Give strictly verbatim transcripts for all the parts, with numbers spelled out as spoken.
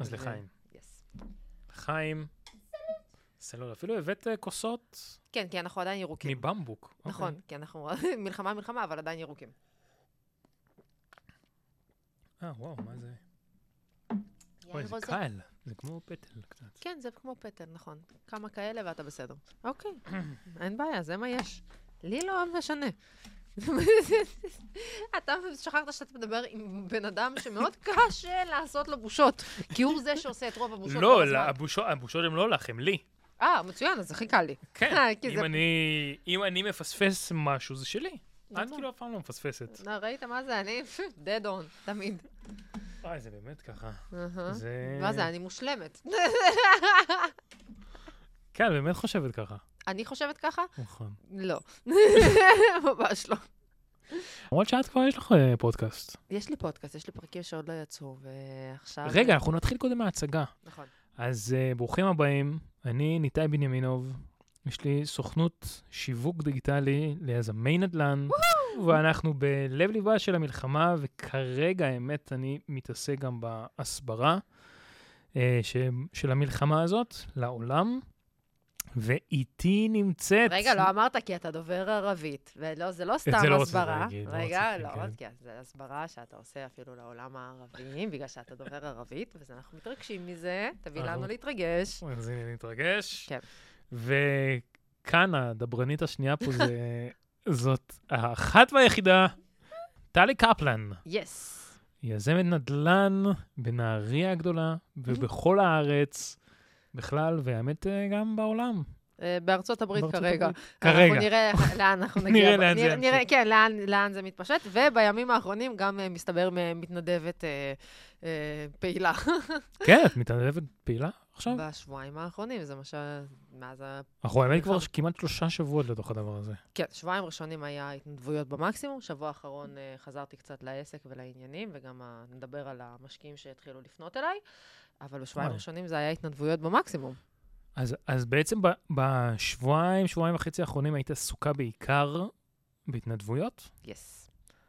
אז לחיים. יס. לחיים. סלול, אפילו הבאת כוסות כן, כי אנחנו עדיין ירוקים. מבמבוק. נכון, כי אנחנו מלחמה מלחמה, אבל עדיין ירוקים. אה, וואו, מה זה? אוי, זה קל. זה כמו פטל קצת. כן, זה כמו פטל, נכון. כמה כאלה ואתה בסדר. אוקיי, אין בעיה, זה מה יש. לי לא משנה. אתה שכחת שאתה מדבר עם בן אדם שמאוד קשה לעשות לו בושות, כי הוא זה שעושה את רוב הבושות. לא, הבושות הן לא לך, הן לי. אה, מצוין, אז זה הכי קל לי. כן, אם אני מפספס משהו, זה שלי. את כאילו אף פעם לא מפספסת. ראית מה זה? אני dead on, תמיד. וואי, זה באמת ככה. מה זה? אני מושלמת. כן, באמת חושבת ככה. אני חושבת ככה? נכון. לא. ממש לא. למרות שאת כבר יש לך פודקאסט. יש לי פודקאסט, יש לי פרקים שעוד לא יצאו, ועכשיו... רגע, אנחנו נתחיל קודם מההצגה. נכון. אז ברוכים הבאים, אני ניתאי בנימינוב, יש לי סוכנות שיווק דיגיטלי ליזמי נדל"ן, ואנחנו בלב ליבה של המלחמה, וכרגע, האמת, אני מתעסק גם בהסברה של המלחמה הזאת לעולם, ואיתי נמצאת... רגע, לא אמרת כי אתה דובר ערבית, ולא, זה לא סתם הסברה. רגע, לא, כי זה הסברה שאתה עושה אפילו לעולם הערבי, בגלל שאתה דובר ערבית, ואנחנו מתרגשים מזה, תביא לנו להתרגש. אז הנה להתרגש. כן. וכאן הדברנית השנייה פה זאת האחת והיחידה, טלי קפלן. יס. יזמת נדל"ן בנהריה הגדולה, ובכל הארץ בכלל, והאמת גם בעולם. בארצות הברית כרגע. כרגע. אנחנו נראה לאן אנחנו נגיע. נראה לאן זה ימשיך. כן, לאן זה מתפשט, ובימים האחרונים גם מסתבר מתנדבת פעילה. כן, את מתנדבת פעילה עכשיו? בשבועיים האחרונים, זה מה ש... מאז ה... אנחנו האמת כבר כמעט שלושה שבועות לתוך הדבר הזה. כן, שבועיים ראשונים היה התנדבויות במקסימום, שבוע האחרון חזרתי קצת לעסק ולעניינים, וגם נדבר על המשקיעים שהתחילו לפנות אליי, אבל בשבועיים ראשונים זה היה התנדבויות במקסימום. אז, אז בעצם בשבועיים, שבועיים וחצי האחרונים היית עסוקה בעיקר בהתנדבויות? יס.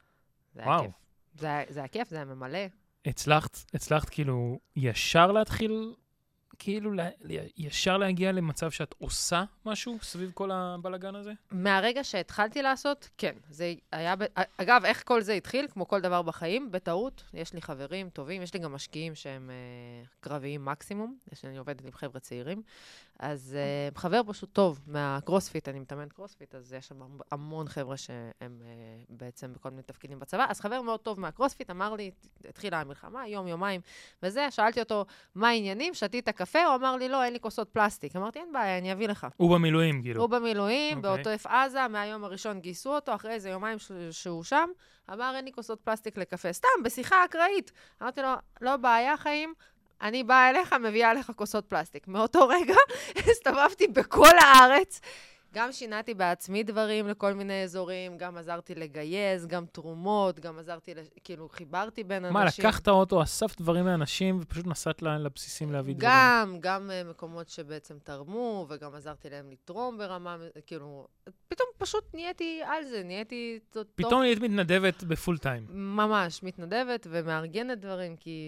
זה וואו. היה כיף. זה, זה היה כיף, זה היה ממלא. הצלחת, הצלחת כאילו ישר להתחיל, כאילו ישר להגיע למצב שאת עושה משהו סביב כל הבלגן הזה? מהרגע שהתחלתי לעשות, כן. זה היה, אגב, איך כל זה התחיל? כמו כל דבר בחיים, בטעות. יש לי חברים טובים, יש לי גם משקיעים שהם uh, קרביים מקסימום. יש לי, אני עובדת עם חבר'ה צעירים. אז uh, חבר פשוט טוב מהקרוספיט, אני מתאמן קרוספיט, אז יש שם המון חבר'ה שהם uh, בעצם בכל מיני תפקידים בצבא. אז חבר מאוד טוב מהקרוספיט אמר לי, התחילה המלחמה, יום, יומיים, וזה, שאלתי אותו, מה העניינים? שתית קפה? הוא אמר לי, לא, אין לי כוסות פלסטיק. אמרתי, אין בעיה, אני אביא לך. הוא במילואים, כאילו. הוא במילואים, בעוטף עזה, מהיום הראשון גייסו אותו, אחרי איזה יומיים שהוא שם, אמר, אין לי כוסות פלסטיק לקפה. סתם, בשיחה אקראית. אמרתי לו, לא בעיה, חיים, אני באה אליך, מביאה אליך כוסות פלסטיק. מאותו רגע הסתובבתי בכל הארץ, גם שינעתי בעצמי דברים לכל מיני אזורים, גם עזרתי לגייס, גם תרומות, גם עזרתי, כאילו, חיברתי בין אנשים. מה, לקחת אוטו, אספת דברים מאנשים, ופשוט נסעת לבסיסים להביא דברים? גם, גם מקומות שבעצם תרמו, וגם עזרתי להם לתרום ברמה, כאילו, פתאום פשוט נהייתי על זה, נהייתי... פתאום נהיית מתנדבת בפול טיים. ממש, מתנדבת ומארגנת דברים, כי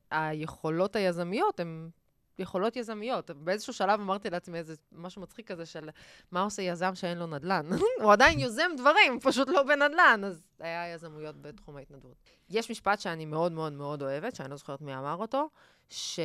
היכולות היזמיות הן... יכולות יזמיות. באיזשהו שלב אמרתי לעצמי איזה משהו מצחיק כזה של מה עושה יזם שאין לו נדל"ן. הוא עדיין יוזם דברים, פשוט לא בנדל"ן. אז היה יזמויות בתחום ההתנדבות. יש משפט שאני מאוד מאוד מאוד אוהבת, שאני לא זוכרת מי אמר אותו, שאיש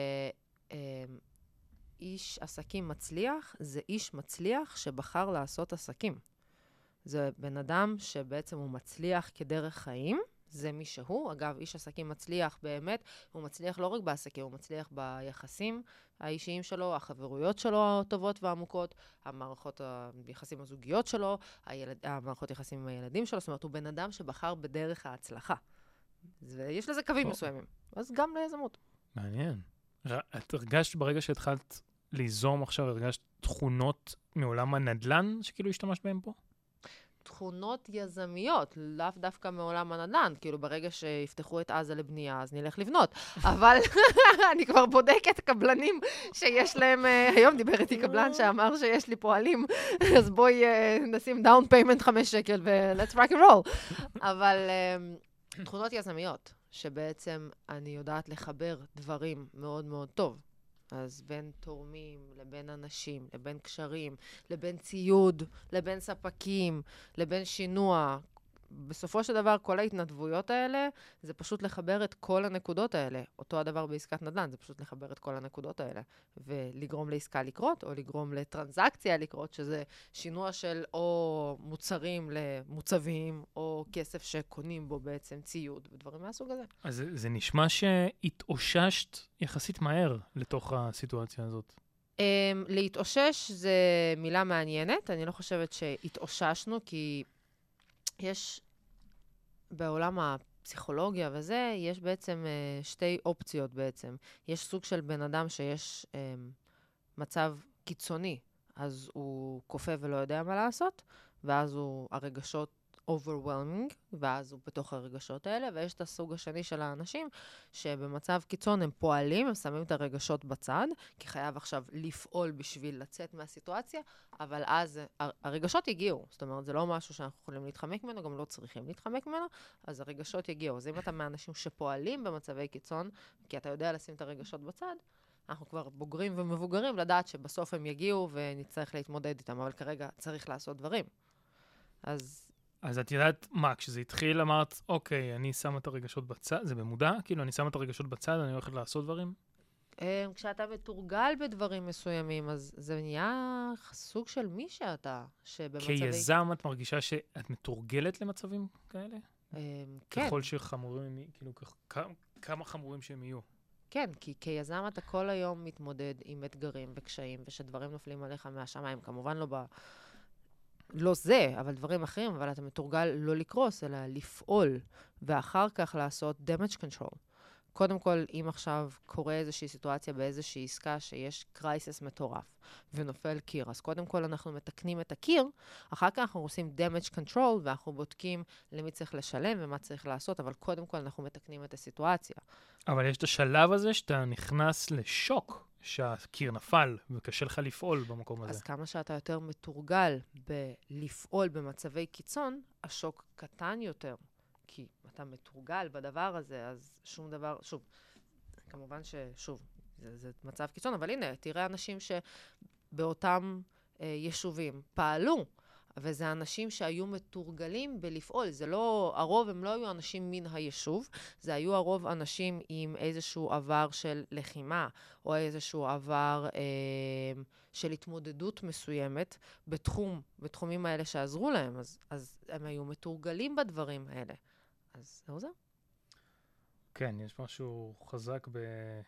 עסקים מצליח זה איש מצליח שבחר לעשות עסקים. זה בן אדם שבעצם הוא מצליח כדרך חיים, זה מי שהוא. אגב, איש עסקים מצליח באמת, הוא מצליח לא רק בעסקים, הוא מצליח ביחסים האישיים שלו, החברויות שלו הטובות ועמוקות, המערכות היחסים הזוגיות שלו, הילד, המערכות יחסים עם הילדים שלו, זאת אומרת, הוא בן אדם שבחר בדרך ההצלחה. ויש לזה קווים מסוימים. אז גם ליזמות. מעניין. את הרגשת ברגע שהתחלת ליזום עכשיו, הרגשת תכונות מעולם הנדל"ן שכאילו השתמשת בהם פה? תכונות יזמיות, לאו דווקא מעולם הנדל"ן, כאילו ברגע שיפתחו את עזה לבנייה, אז נלך לבנות. אבל אני כבר בודקת קבלנים שיש להם, היום דיבר איתי קבלן שאמר שיש לי פועלים, אז בואי נשים דאון פיימנט חמש שקל ו-let's rock and roll. אבל תכונות יזמיות, שבעצם אני יודעת לחבר דברים מאוד מאוד טוב. אז בין תורמים, לבין אנשים, לבין קשרים, לבין ציוד, לבין ספקים, לבין שינוע. בסופו של דבר, כל ההתנדבויות האלה, זה פשוט לחבר את כל הנקודות האלה. אותו הדבר בעסקת נדל"ן, זה פשוט לחבר את כל הנקודות האלה. ולגרום לעסקה לקרות, או לגרום לטרנזקציה לקרות, שזה שינוע של או מוצרים למוצבים, או כסף שקונים בו בעצם ציוד, ודברים מהסוג הזה. אז זה, זה נשמע שהתאוששת יחסית מהר לתוך הסיטואציה הזאת. Um, להתאושש זה מילה מעניינת. אני לא חושבת שהתאוששנו, כי יש בעולם הפסיכולוגיה וזה, יש בעצם uh, שתי אופציות בעצם. יש סוג של בן אדם שיש um, מצב קיצוני, אז הוא קופא ולא יודע מה לעשות, ואז הוא, הרגשות overwhelming, ואז הוא בתוך הרגשות האלה, ויש את הסוג השני של האנשים, שבמצב קיצון הם פועלים, הם שמים את הרגשות בצד, כי חייב עכשיו לפעול בשביל לצאת מהסיטואציה, אבל אז הרגשות יגיעו. זאת אומרת, זה לא משהו שאנחנו יכולים להתחמק ממנו, גם לא צריכים להתחמק ממנו, אז הרגשות יגיעו. אז אם אתה מהאנשים שפועלים במצבי קיצון, כי אתה יודע לשים את הרגשות בצד, אנחנו כבר בוגרים ומבוגרים לדעת שבסוף הם יגיעו ונצטרך להתמודד איתם, אבל כרגע צריך לעשות דברים. אז אז את יודעת מה, כשזה התחיל אמרת, אוקיי, אני שם את הרגשות בצד, זה במודע? כאילו, אני שם את הרגשות בצד, אני הולכת לעשות דברים? כשאתה מתורגל בדברים מסוימים, אז זה נהיה סוג של מי שאתה, שבמצבי... כיזם את מרגישה שאת מתורגלת למצבים כאלה? כן. ככל שחמורים, כאילו, כמה חמורים שהם יהיו? כן, כי כיזם אתה כל היום מתמודד עם אתגרים וקשיים, ושדברים נופלים עליך מהשמיים, כמובן לא ב... לא זה, אבל דברים אחרים, אבל אתה מתורגל לא לקרוס, אלא לפעול, ואחר כך לעשות damage control. קודם כל, אם עכשיו קורה איזושהי סיטואציה באיזושהי עסקה שיש קרייסס מטורף, ונופל קיר, אז קודם כל אנחנו מתקנים את הקיר, אחר כך אנחנו עושים damage control, ואנחנו בודקים למי צריך לשלם ומה צריך לעשות, אבל קודם כל אנחנו מתקנים את הסיטואציה. אבל יש את השלב הזה שאתה נכנס לשוק, שהקיר נפל, וקשה לך לפעול במקום הזה. אז כמה שאתה יותר מתורגל בלפעול במצבי קיצון, השוק קטן יותר. כי אתה מתורגל בדבר הזה, אז שום דבר, שוב, כמובן ששוב, זה, זה מצב קיצון, אבל הנה, תראה אנשים שבאותם אה, יישובים פעלו, וזה אנשים שהיו מתורגלים בלפעול. זה לא, הרוב הם לא היו אנשים מן היישוב, זה היו הרוב אנשים עם איזשהו עבר של לחימה, או איזשהו עבר אה, של התמודדות מסוימת בתחום, בתחומים האלה שעזרו להם, אז, אז הם היו מתורגלים בדברים האלה. אז זהו זה. כן, יש משהו חזק ב...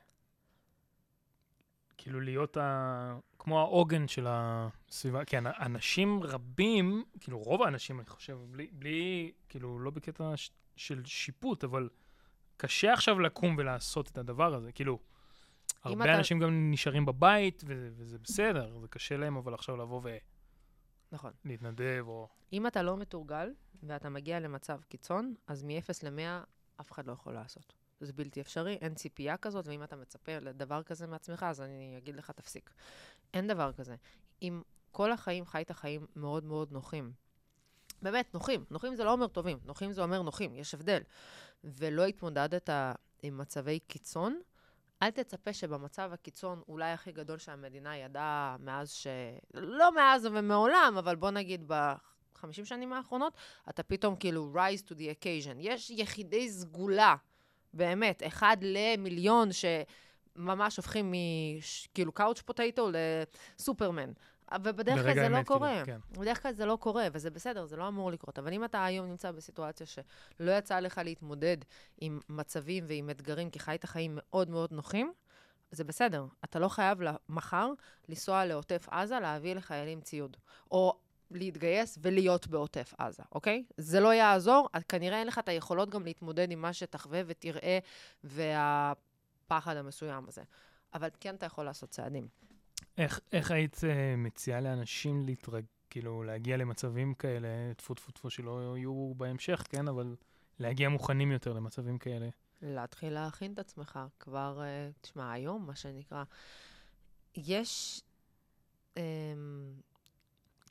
כאילו להיות ה... כמו העוגן של הסביבה. כן, אנשים רבים, כאילו רוב האנשים, אני חושב, בלי, בלי כאילו, לא בקטע ש... של שיפוט, אבל קשה עכשיו לקום ולעשות את הדבר הזה. כאילו, הרבה אתה... אנשים גם נשארים בבית, ו... וזה בסדר, זה קשה להם, אבל עכשיו לבוא ו... נכון. להתנדב או... אם אתה לא מתורגל, ואתה מגיע למצב קיצון, אז מ-אפס ל-מאה אף אחד לא יכול לעשות. זה בלתי אפשרי, אין ציפייה כזאת, ואם אתה מצפה לדבר כזה מעצמך, אז אני אגיד לך, תפסיק. אין דבר כזה. אם כל החיים חיית חיים מאוד מאוד נוחים, באמת, נוחים. נוחים זה לא אומר טובים, נוחים זה אומר נוחים, יש הבדל. ולא התמודדת עם מצבי קיצון, אל תצפה שבמצב הקיצון, אולי הכי גדול שהמדינה ידעה מאז ש... לא מאז ומעולם, אבל בוא נגיד ב-חמישים שנים האחרונות, אתה פתאום כאילו rise to the occasion. יש יחידי סגולה, באמת, אחד למיליון שממש הופכים מכאילו קאוץ' פוטטו לסופרמן. ובדרך כלל זה לא קורה. כן. בדרך כלל זה לא קורה, וזה בסדר, זה לא אמור לקרות. אבל אם אתה היום נמצא בסיטואציה שלא יצא לך להתמודד עם מצבים ועם אתגרים, כי חיית חיים מאוד מאוד נוחים, זה בסדר. אתה לא חייב מחר לנסוע לעוטף עזה, להביא לחיילים ציוד. או להתגייס ולהיות בעוטף עזה, אוקיי? זה לא יעזור, כנראה אין לך את היכולות גם להתמודד עם מה שתחווה ותראה, והפחד המסוים הזה. אבל כן אתה יכול לעשות צעדים. איך, איך היית uh, מציעה לאנשים להתרג, כאילו, להגיע למצבים כאלה, תפו תפו תפו שלא יהיו בהמשך, כן? אבל להגיע מוכנים יותר למצבים כאלה. להתחיל להכין את עצמך. כבר, uh, תשמע, היום, מה שנקרא, יש... Um,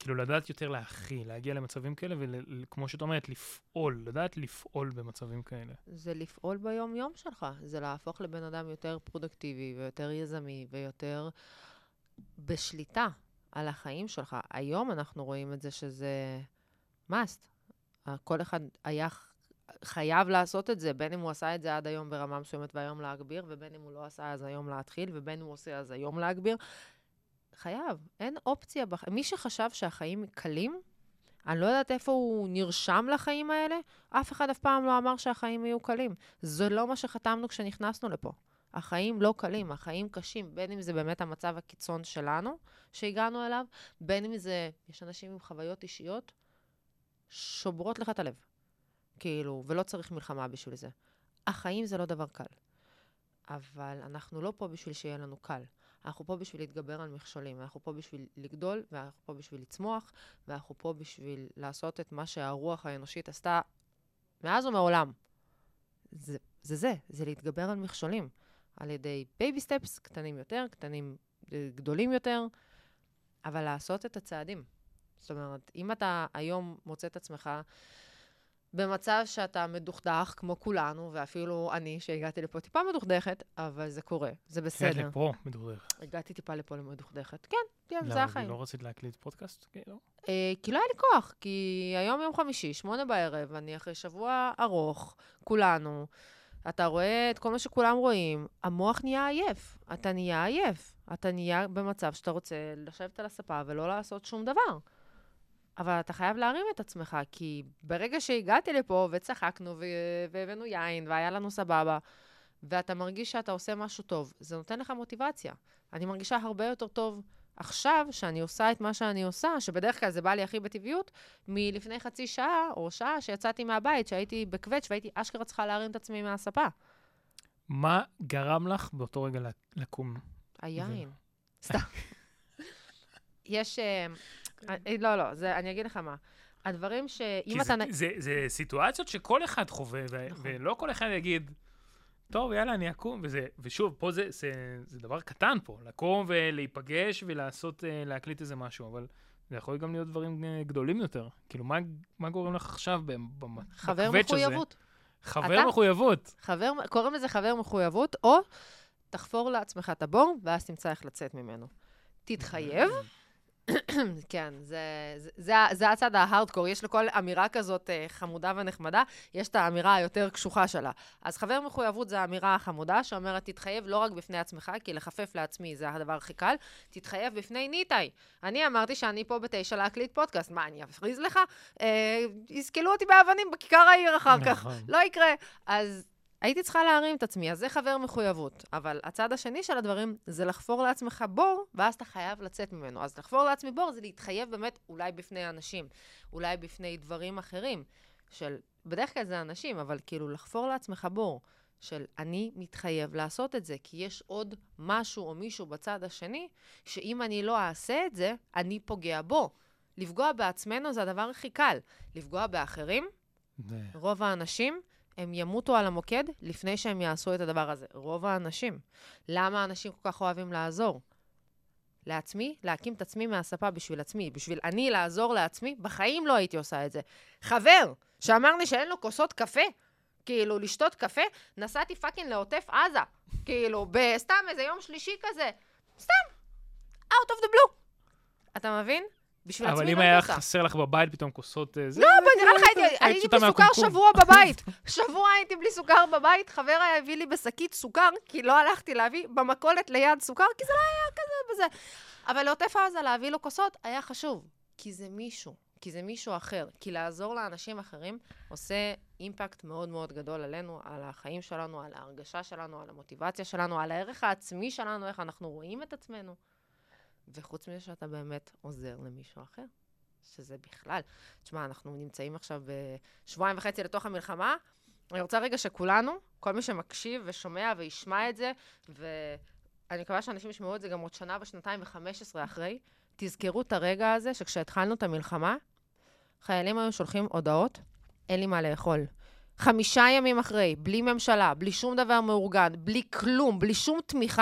כאילו לדעת יותר להכיל, להגיע למצבים כאלה, וכמו שאת אומרת, לפעול, לדעת לפעול במצבים כאלה. זה לפעול ביום-יום שלך, זה להפוך לבן אדם יותר פרודקטיבי, ויותר יזמי, ויותר בשליטה על החיים שלך. היום אנחנו רואים את זה שזה must. כל אחד היה חייב לעשות את זה, בין אם הוא עשה את זה עד היום ברמה מסוימת והיום להגביר, ובין אם הוא לא עשה אז היום להתחיל, ובין אם הוא עושה אז היום להגביר. חייב, אין אופציה. בח... מי שחשב שהחיים קלים, אני לא יודעת איפה הוא נרשם לחיים האלה, אף אחד אף פעם לא אמר שהחיים יהיו קלים. זה לא מה שחתמנו כשנכנסנו לפה. החיים לא קלים, החיים קשים, בין אם זה באמת המצב הקיצון שלנו, שהגענו אליו, בין אם זה, יש אנשים עם חוויות אישיות, שוברות לך את הלב. כאילו, ולא צריך מלחמה בשביל זה. החיים זה לא דבר קל. אבל אנחנו לא פה בשביל שיהיה לנו קל. אנחנו פה בשביל להתגבר על מכשולים, אנחנו פה בשביל לגדול, ואנחנו פה בשביל לצמוח, ואנחנו פה בשביל לעשות את מה שהרוח האנושית עשתה מאז ומעולם. זה זה, זה, זה להתגבר על מכשולים, על ידי בייבי סטפס קטנים יותר, קטנים גדולים יותר, אבל לעשות את הצעדים. זאת אומרת, אם אתה היום מוצא את עצמך במצב שאתה מדוכדך, כמו כולנו, ואפילו אני, שהגעתי לפה טיפה מדוכדכת, אבל זה קורה, זה בסדר. הגעת לפה מדוכדכת. הגעתי טיפה לפה למדוכדכת. כן, כן, זה החיים. למה, לא רצית להקליט פודקאסט? כאילו? אה, כי לא היה לי כוח, כי היום יום חמישי, שמונה בערב, אני אחרי שבוע ארוך, כולנו, אתה רואה את כל מה שכולם רואים, המוח נהיה עייף, אתה נהיה עייף, אתה נהיה במצב שאתה רוצה לשבת על הספה ולא לעשות שום דבר. אבל אתה חייב להרים את עצמך, כי ברגע שהגעתי לפה וצחקנו והבאנו יין והיה לנו סבבה, ואתה מרגיש שאתה עושה משהו טוב, זה נותן לך מוטיבציה. אני מרגישה הרבה יותר טוב עכשיו שאני עושה את מה שאני עושה, שבדרך כלל זה בא לי הכי בטבעיות, מלפני חצי שעה או שעה שיצאתי מהבית, שהייתי בקווץ' והייתי אשכרה צריכה להרים את עצמי מהספה. מה גרם לך באותו רגע לקום? היין. סתם. יש... לא, לא, זה, אני אגיד לך מה. הדברים שאם אתה... זה, זה סיטואציות שכל אחד חווה, נכון. ולא כל אחד יגיד, טוב, יאללה, אני אקום, וזה, ושוב, פה זה, זה, זה דבר קטן פה, לקום ולהיפגש ולעשות, להקליט איזה משהו, אבל זה יכול גם להיות דברים גדולים יותר. כאילו, מה, מה גורם לך עכשיו בקווץ' הזה? חבר מחויבות. חבר אתה, מחויבות. חבר, קוראים לזה חבר מחויבות, או תחפור לעצמך את הבור, ואז תמצא איך לצאת ממנו. תתחייב. כן, זה, זה, זה, זה הצד ההארדקור. יש לכל אמירה כזאת חמודה ונחמדה, יש את האמירה היותר קשוחה שלה. אז חבר מחויבות זה האמירה החמודה, שאומרת, תתחייב לא רק בפני עצמך, כי לחפף לעצמי זה הדבר הכי קל, תתחייב בפני ניטאי. אני אמרתי שאני פה בתשע להקליט פודקאסט, מה, אני אפריז לך? אה, יסקלו אותי באבנים בכיכר העיר אחר כך. לא יקרה. אז... הייתי צריכה להרים את עצמי, אז זה חבר מחויבות. אבל הצד השני של הדברים זה לחפור לעצמך בור, ואז אתה חייב לצאת ממנו. אז לחפור לעצמי בור זה להתחייב באמת אולי בפני אנשים, אולי בפני דברים אחרים, של, בדרך כלל זה אנשים, אבל כאילו לחפור לעצמך בור, של אני מתחייב לעשות את זה, כי יש עוד משהו או מישהו בצד השני, שאם אני לא אעשה את זה, אני פוגע בו. לפגוע בעצמנו זה הדבר הכי קל. לפגוע באחרים, רוב האנשים, הם ימותו על המוקד לפני שהם יעשו את הדבר הזה. רוב האנשים. למה האנשים כל כך אוהבים לעזור? לעצמי, להקים את עצמי מהספה בשביל עצמי. בשביל אני לעזור לעצמי, בחיים לא הייתי עושה את זה. חבר שאמר לי שאין לו כוסות קפה, כאילו לשתות קפה, נסעתי פאקינג לעוטף עזה. כאילו, בסתם איזה יום שלישי כזה. סתם. Out of the blue. אתה מבין? אבל אם היה חסר לך בבית פתאום כוסות... לא, אבל נראה לך, הייתי בלי סוכר שבוע בבית. שבוע הייתי בלי סוכר בבית, חבר היה הביא לי בשקית סוכר, כי לא הלכתי להביא במכולת ליד סוכר, כי זה לא היה כזה וזה. אבל לעוטף עזה להביא לו כוסות היה חשוב, כי זה מישהו, כי זה מישהו אחר. כי לעזור לאנשים אחרים עושה אימפקט מאוד מאוד גדול עלינו, על החיים שלנו, על ההרגשה שלנו, על המוטיבציה שלנו, על הערך העצמי שלנו, איך אנחנו רואים את עצמנו. וחוץ מזה שאתה באמת עוזר למישהו אחר, שזה בכלל. תשמע, אנחנו נמצאים עכשיו בשבועיים וחצי לתוך המלחמה, אני רוצה רגע שכולנו, כל מי שמקשיב ושומע וישמע את זה, ואני מקווה שאנשים ישמעו את זה גם עוד שנה ושנתיים וחמש עשרה אחרי, תזכרו את הרגע הזה שכשהתחלנו את המלחמה, חיילים היו שולחים הודעות, אין לי מה לאכול. חמישה ימים אחרי, בלי ממשלה, בלי שום דבר מאורגן, בלי כלום, בלי שום תמיכה,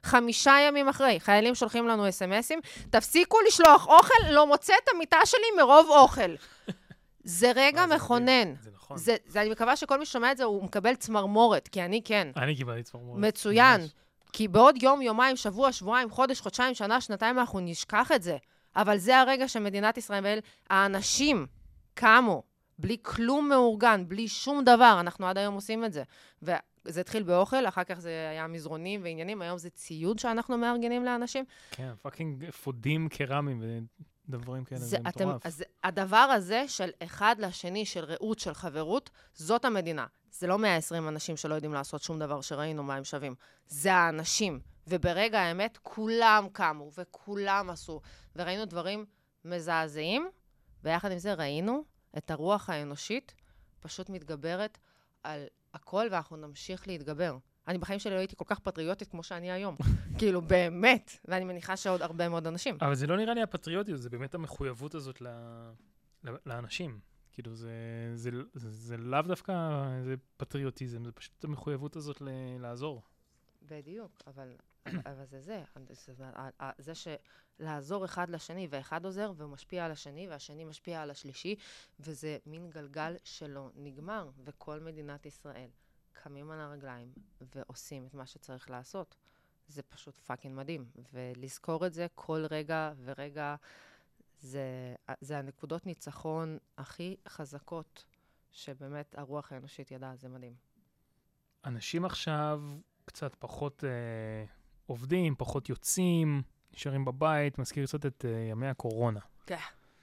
חמישה ימים אחרי, חיילים שולחים לנו אס-אם-אסים, תפסיקו לשלוח אוכל, לא מוצא את המיטה שלי מרוב אוכל. זה רגע מכונן. זה נכון. זה, זה, אני מקווה שכל מי ששומע את זה, הוא מקבל צמרמורת, כי אני כן. אני קיבלתי צמרמורת. מצוין. כי בעוד יום, יומיים, שבוע, שבועיים, חודש, חודשיים, שנה, שנתיים, אנחנו נשכח את זה. אבל זה הרגע שמדינת ישראל, האנשים קמו, בלי כלום מאורגן, בלי שום דבר, אנחנו עד היום עושים את זה. וזה התחיל באוכל, אחר כך זה היה מזרונים ועניינים, היום זה ציוד שאנחנו מארגנים לאנשים. כן, פאקינג אפודים קרמיים ודברים כאלה, זה, זה אתם, מטורף. אז הדבר הזה של אחד לשני, של רעות, של חברות, זאת המדינה. זה לא מאה ועשרים אנשים שלא יודעים לעשות שום דבר שראינו מה הם שווים. זה האנשים. וברגע האמת, כולם קמו וכולם עשו. וראינו דברים מזעזעים, ויחד עם זה ראינו את הרוח האנושית פשוט מתגברת על הכל, ואנחנו נמשיך להתגבר. אני בחיים שלי לא הייתי כל כך פטריוטית כמו שאני היום. כאילו, באמת. ואני מניחה שעוד הרבה מאוד אנשים. אבל זה לא נראה לי הפטריוטיות, זה באמת המחויבות הזאת ל... לאנשים. כאילו, זה, זה, זה, זה לאו דווקא, זה פטריוטיזם, זה פשוט המחויבות הזאת ל... לעזור. בדיוק, אבל, אבל זה זה. זה, זה שלעזור אחד לשני, ואחד עוזר, והוא משפיע על השני, והשני משפיע על השלישי, וזה מין גלגל שלא נגמר, וכל מדינת ישראל קמים על הרגליים ועושים את מה שצריך לעשות. זה פשוט פאקינג מדהים. ולזכור את זה כל רגע ורגע, זה, זה הנקודות ניצחון הכי חזקות שבאמת הרוח האנושית ידעה, זה מדהים. אנשים עכשיו קצת פחות אה, עובדים, פחות יוצאים, נשארים בבית, מזכיר קצת את אה, ימי הקורונה. כן.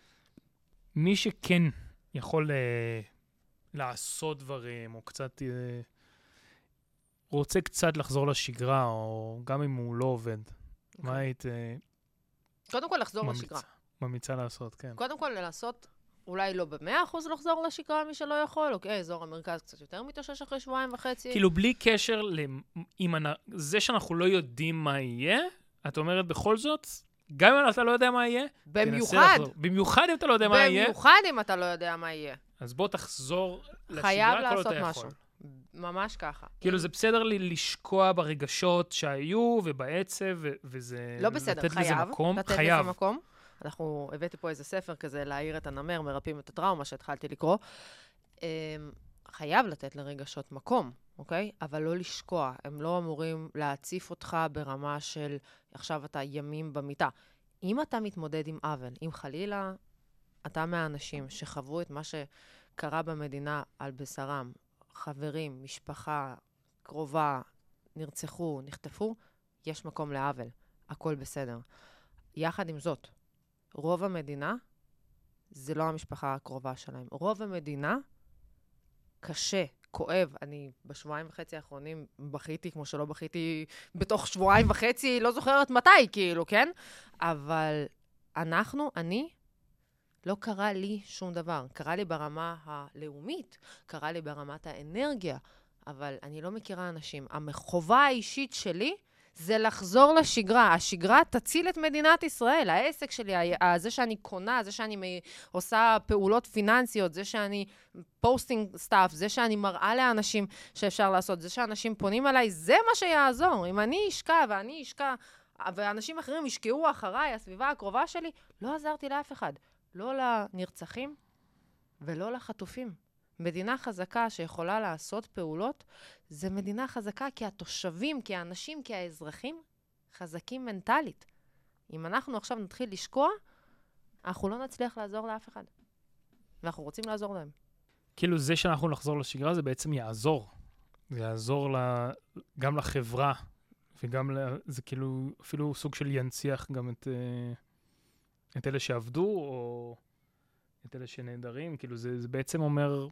מי שכן יכול אה, לעשות דברים, או קצת... אה, רוצה קצת לחזור לשגרה, או גם אם הוא לא עובד. Okay. מה היית... קודם כל לחזור ממליצה, לשגרה. ממליצה לעשות, כן. קודם כל לעשות, אולי לא במאה אחוז לחזור לשגרה, מי שלא יכול, אוקיי, אזור המרכז קצת יותר מתאושש אחרי שבועיים וחצי. כאילו בלי קשר עם זה שאנחנו לא יודעים מה יהיה, את אומרת בכל זאת, גם אם אתה לא יודע מה יהיה, במיוחד. במיוחד אם אתה לא יודע מה יהיה. במיוחד אם אתה לא יודע מה יהיה. אז בוא תחזור לשגרה חייב כל לעשות אתה יכול. משהו. ממש ככה. כאילו זה בסדר לי לשקוע ברגשות שהיו ובעצב, וזה... לא בסדר, לתת לזה מקום. לתת לזה מקום. אנחנו הבאתי פה איזה ספר כזה, להעיר את הנמר, מרפאים את הטראומה שהתחלתי לקרוא. חייב לתת לרגשות מקום, אוקיי? אבל לא לשקוע. הם לא אמורים להציף אותך ברמה של עכשיו אתה ימים במיטה. אם אתה מתמודד עם עוול, אם חלילה אתה מהאנשים שחוו את מה שקרה במדינה על בשרם, חברים, משפחה, קרובה, נרצחו, נחטפו, יש מקום לעוול. הכל בסדר. יחד עם זאת, רוב המדינה זה לא המשפחה הקרובה שלהם. רוב המדינה קשה, כואב. אני בשבועיים וחצי האחרונים בכיתי, כמו שלא בכיתי בתוך שבועיים וחצי, לא זוכרת מתי, כאילו, כן? אבל אנחנו, אני, לא קרה לי שום דבר. קרה לי ברמה הלאומית, קרה לי ברמת האנרגיה, אבל אני לא מכירה אנשים. החובה האישית שלי זה לחזור לשגרה. השגרה תציל את מדינת ישראל. העסק שלי, זה שאני קונה, זה שאני עושה פעולות פיננסיות, זה שאני פוסטינג סטאפ, זה שאני מראה לאנשים שאפשר לעשות, זה שאנשים פונים עליי, זה מה שיעזור. אם אני אשקע ואני אשקע, ואנשים אחרים ישקעו אחריי, הסביבה הקרובה שלי, לא עזרתי לאף אחד. לא לנרצחים ולא לחטופים. מדינה חזקה שיכולה לעשות פעולות, זה מדינה חזקה כי התושבים, כי האנשים, כי האזרחים חזקים מנטלית. אם אנחנו עכשיו נתחיל לשקוע, אנחנו לא נצליח לעזור לאף אחד. ואנחנו רוצים לעזור להם. כאילו זה שאנחנו נחזור לשגרה, זה בעצם יעזור. זה יעזור גם לחברה, וגם זה כאילו אפילו סוג של ינציח גם את... את אלה שעבדו, או את אלה שנהדרים, כאילו זה, זה בעצם אומר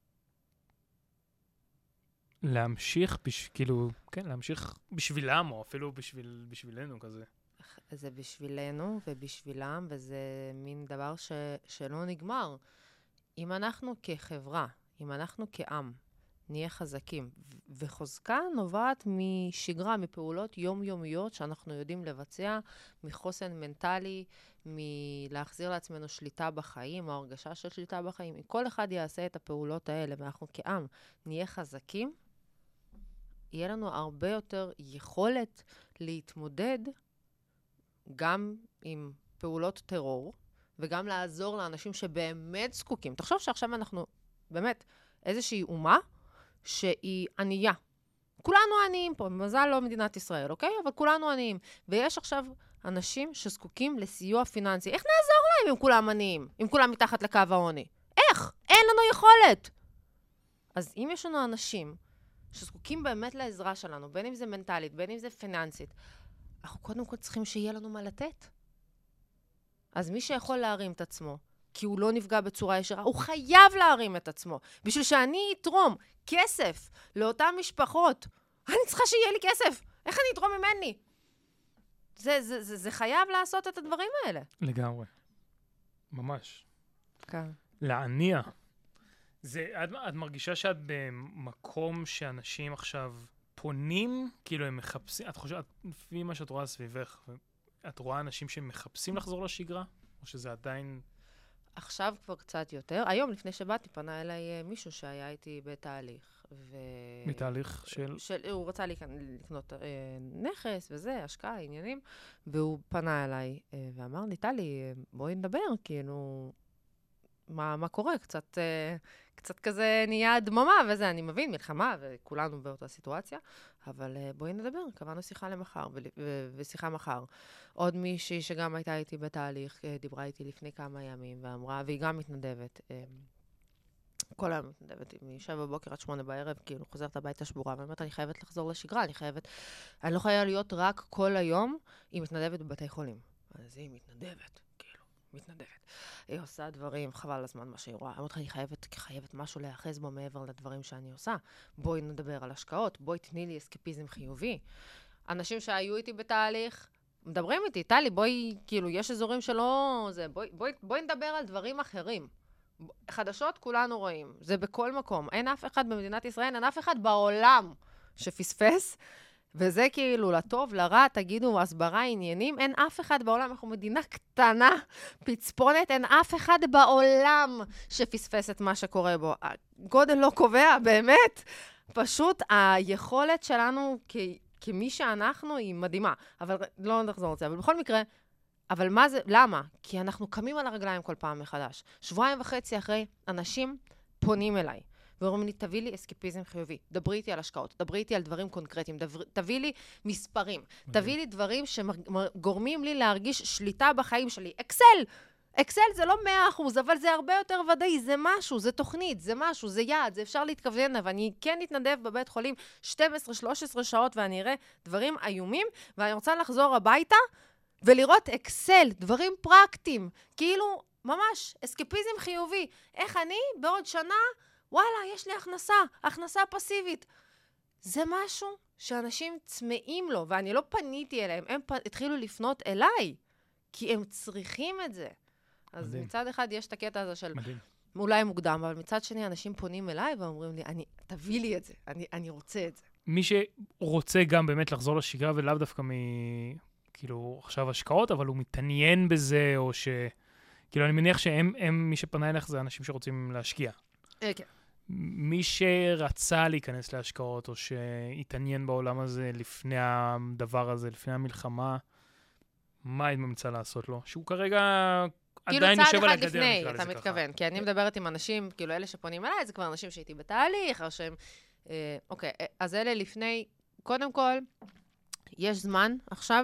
להמשיך, בש, כאילו, כן, להמשיך בשבילם, או אפילו בשביל, בשבילנו כזה. זה בשבילנו ובשבילם, וזה מין דבר ש, שלא נגמר. אם אנחנו כחברה, אם אנחנו כעם, נהיה חזקים, וחוזקה נובעת משגרה, מפעולות יומיומיות שאנחנו יודעים לבצע, מחוסן מנטלי, מלהחזיר לעצמנו שליטה בחיים, או הרגשה של שליטה בחיים. אם כל אחד יעשה את הפעולות האלה, ואנחנו כעם נהיה חזקים, יהיה לנו הרבה יותר יכולת להתמודד גם עם פעולות טרור, וגם לעזור לאנשים שבאמת זקוקים. תחשוב שעכשיו אנחנו, באמת, איזושהי אומה שהיא ענייה. כולנו עניים פה, במזל לא מדינת ישראל, אוקיי? אבל כולנו עניים. ויש עכשיו אנשים שזקוקים לסיוע פיננסי. איך נעזור להם אם כולם עניים? אם כולם מתחת לקו העוני? איך? אין לנו יכולת. אז אם יש לנו אנשים שזקוקים באמת לעזרה שלנו, בין אם זה מנטלית, בין אם זה פיננסית, אנחנו קודם כל צריכים שיהיה לנו מה לתת. אז מי שיכול להרים את עצמו, כי הוא לא נפגע בצורה ישרה, הוא חייב להרים את עצמו. בשביל שאני אתרום כסף לאותן משפחות, אני צריכה שיהיה לי כסף. איך אני אתרום ממני? זה, זה, זה, זה חייב לעשות את הדברים האלה. לגמרי. ממש. כן. להניע. זה, את, את מרגישה שאת במקום שאנשים עכשיו פונים, כאילו הם מחפשים, את חושבת, לפי מה שאת רואה סביבך, את רואה אנשים שמחפשים לחזור לשגרה? או שזה עדיין... עכשיו כבר קצת יותר. היום, לפני שבאתי, פנה אליי מישהו שהיה איתי בתהליך. ו... בתהליך של... של... הוא רצה לקנות אה, נכס וזה, השקעה, עניינים, והוא פנה אליי אה, ואמר לי, טלי, בואי נדבר, כאילו, מה, מה קורה? קצת, אה, קצת כזה נהיה דממה וזה, אני מבין, מלחמה, וכולנו באותה סיטואציה, אבל אה, בואי נדבר, קבענו שיחה למחר, ו- ו- ושיחה מחר. עוד מישהי שגם הייתה איתי בתהליך, אה, דיברה איתי לפני כמה ימים, ואמרה, והיא גם מתנדבת, אה, כל היום מתנדבת, משבע בבוקר עד שמונה בערב, כאילו חוזרת הביתה שבורה, ואומרת, אני חייבת לחזור לשגרה, אני חייבת, אני לא יכולה להיות רק כל היום, היא מתנדבת בבתי חולים. אז היא מתנדבת, כאילו, מתנדבת. היא עושה דברים, חבל הזמן מה שהיא רואה. אמרת, אני חייבת, חייבת משהו להיאחז בו מעבר לדברים שאני עושה. בואי נדבר על השקעות, בואי תני לי אסקפיזם חיובי. אנשים שהיו איתי בתהליך, מדברים איתי, טלי, בואי, כאילו, יש אזורים שלא, זה, בואי, בואי, בואי נדבר על דברים אחרים. חדשות כולנו רואים, זה בכל מקום. אין אף אחד במדינת ישראל, אין אף אחד בעולם שפספס, וזה כאילו לטוב, לרע, תגידו, הסברה, עניינים, אין אף אחד בעולם, אנחנו מדינה קטנה, פצפונת, אין אף אחד בעולם שפספס את מה שקורה בו. הגודל לא קובע, באמת. פשוט היכולת שלנו כ- כמי שאנחנו היא מדהימה, אבל לא נחזור לזה, אבל בכל מקרה, אבל מה זה, למה? כי אנחנו קמים על הרגליים כל פעם מחדש. שבועיים וחצי אחרי, אנשים פונים אליי, ואומרים לי, תביא לי אסקפיזם חיובי, דברי איתי על השקעות, דברי איתי על דברים קונקרטיים, דבר, תביא לי מספרים, תביא לי דברים שגורמים לי להרגיש שליטה בחיים שלי. אקסל! אקסל זה לא מאה אחוז, אבל זה הרבה יותר ודאי, זה משהו, זה תוכנית, זה משהו, זה יעד, זה אפשר להתכוון, ואני כן אתנדב בבית חולים שתים עשרה שלוש עשרה שעות, ואני אראה דברים איומים, ואני רוצה לחזור הביתה, ולראות אקסל, דברים פרקטיים, כאילו, ממש, אסקפיזם חיובי. איך אני, בעוד שנה, וואלה, יש לי הכנסה, הכנסה פסיבית. זה משהו שאנשים צמאים לו, ואני לא פניתי אליהם, הם פ... התחילו לפנות אליי, כי הם צריכים את זה. אז מדהים. מצד אחד יש את הקטע הזה של, מדהים. אולי מוקדם, אבל מצד שני אנשים פונים אליי ואומרים לי, אני, תביא לי את זה, אני, אני רוצה את זה. מי שרוצה גם באמת לחזור לשגרה, ולאו דווקא מ... כאילו, עכשיו השקעות, אבל הוא מתעניין בזה, או ש... כאילו, אני מניח שהם, הם, מי שפנה אליך זה אנשים שרוצים להשקיע. כן. מי שרצה להיכנס להשקעות, או שהתעניין בעולם הזה לפני הדבר הזה, לפני המלחמה, מה היית ממצא לעשות לו? שהוא כרגע עדיין יושב על הגדר, נקרא לזה ככה. כאילו צעד אחד לפני, אתה מתכוון, כי אני מדברת עם אנשים, כאילו אלה שפונים אליי, זה כבר אנשים שהייתי בתהליך, או שהם... אה, אוקיי, אז אלה לפני, קודם כל, יש זמן עכשיו,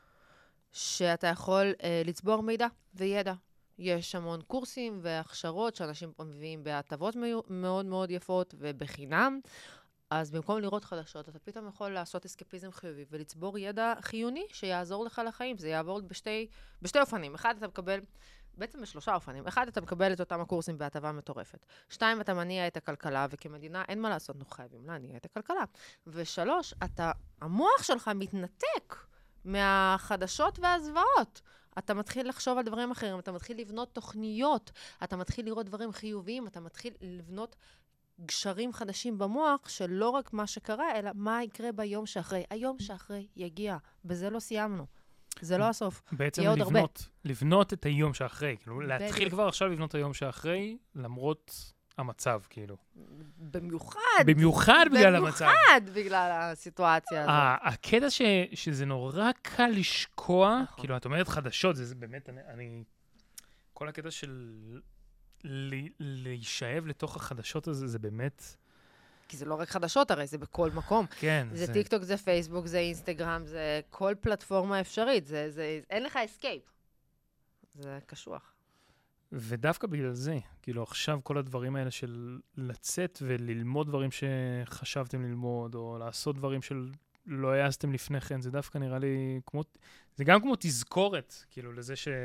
שאתה יכול אה, לצבור מידע וידע. יש המון קורסים והכשרות שאנשים מביאים בהטבות מאוד מאוד יפות ובחינם. אז במקום לראות חדשות, אתה פתאום יכול לעשות אסקפיזם חיובי ולצבור ידע חיוני שיעזור לך לחיים. זה יעבור בשתי, בשתי אופנים. אחד, אתה מקבל, בעצם בשלושה אופנים. אחד, אתה מקבל את אותם הקורסים בהטבה מטורפת. שתיים, אתה מניע את הכלכלה, וכמדינה אין מה לעשות, אנחנו חייבים להניע את הכלכלה. ושלוש, אתה, המוח שלך מתנתק מהחדשות והזוועות. אתה מתחיל לחשוב על דברים אחרים, אתה מתחיל לבנות תוכניות, אתה מתחיל לראות דברים חיוביים, אתה מתחיל לבנות גשרים חדשים במוח, שלא רק מה שקרה, אלא מה יקרה ביום שאחרי. היום שאחרי יגיע, בזה לא סיימנו. זה לא הסוף. בעצם לבנות, לבנות את היום שאחרי, כאילו להתחיל כבר עכשיו לבנות את היום שאחרי, למרות המצב, כאילו. במיוחד. במיוחד בגלל המצב. במיוחד בגלל הסיטואציה הזאת. הקטע ש, שזה נורא קל לשקוע, נכון. כאילו, את אומרת חדשות, זה, זה באמת, אני, אני... כל הקטע של ל- להישאב לתוך החדשות הזה, זה באמת... כי זה לא רק חדשות, הרי זה בכל מקום. כן. זה, זה... טיקטוק, זה פייסבוק, זה אינסטגרם, זה כל פלטפורמה אפשרית. זה, זה... אין לך אסקייפ. זה קשוח. ודווקא בגלל זה, כאילו עכשיו כל הדברים האלה של לצאת וללמוד דברים שחשבתם ללמוד, או לעשות דברים שלא העזתם לפני כן, זה דווקא נראה לי כמו, זה גם כמו תזכורת, כאילו לזה ש...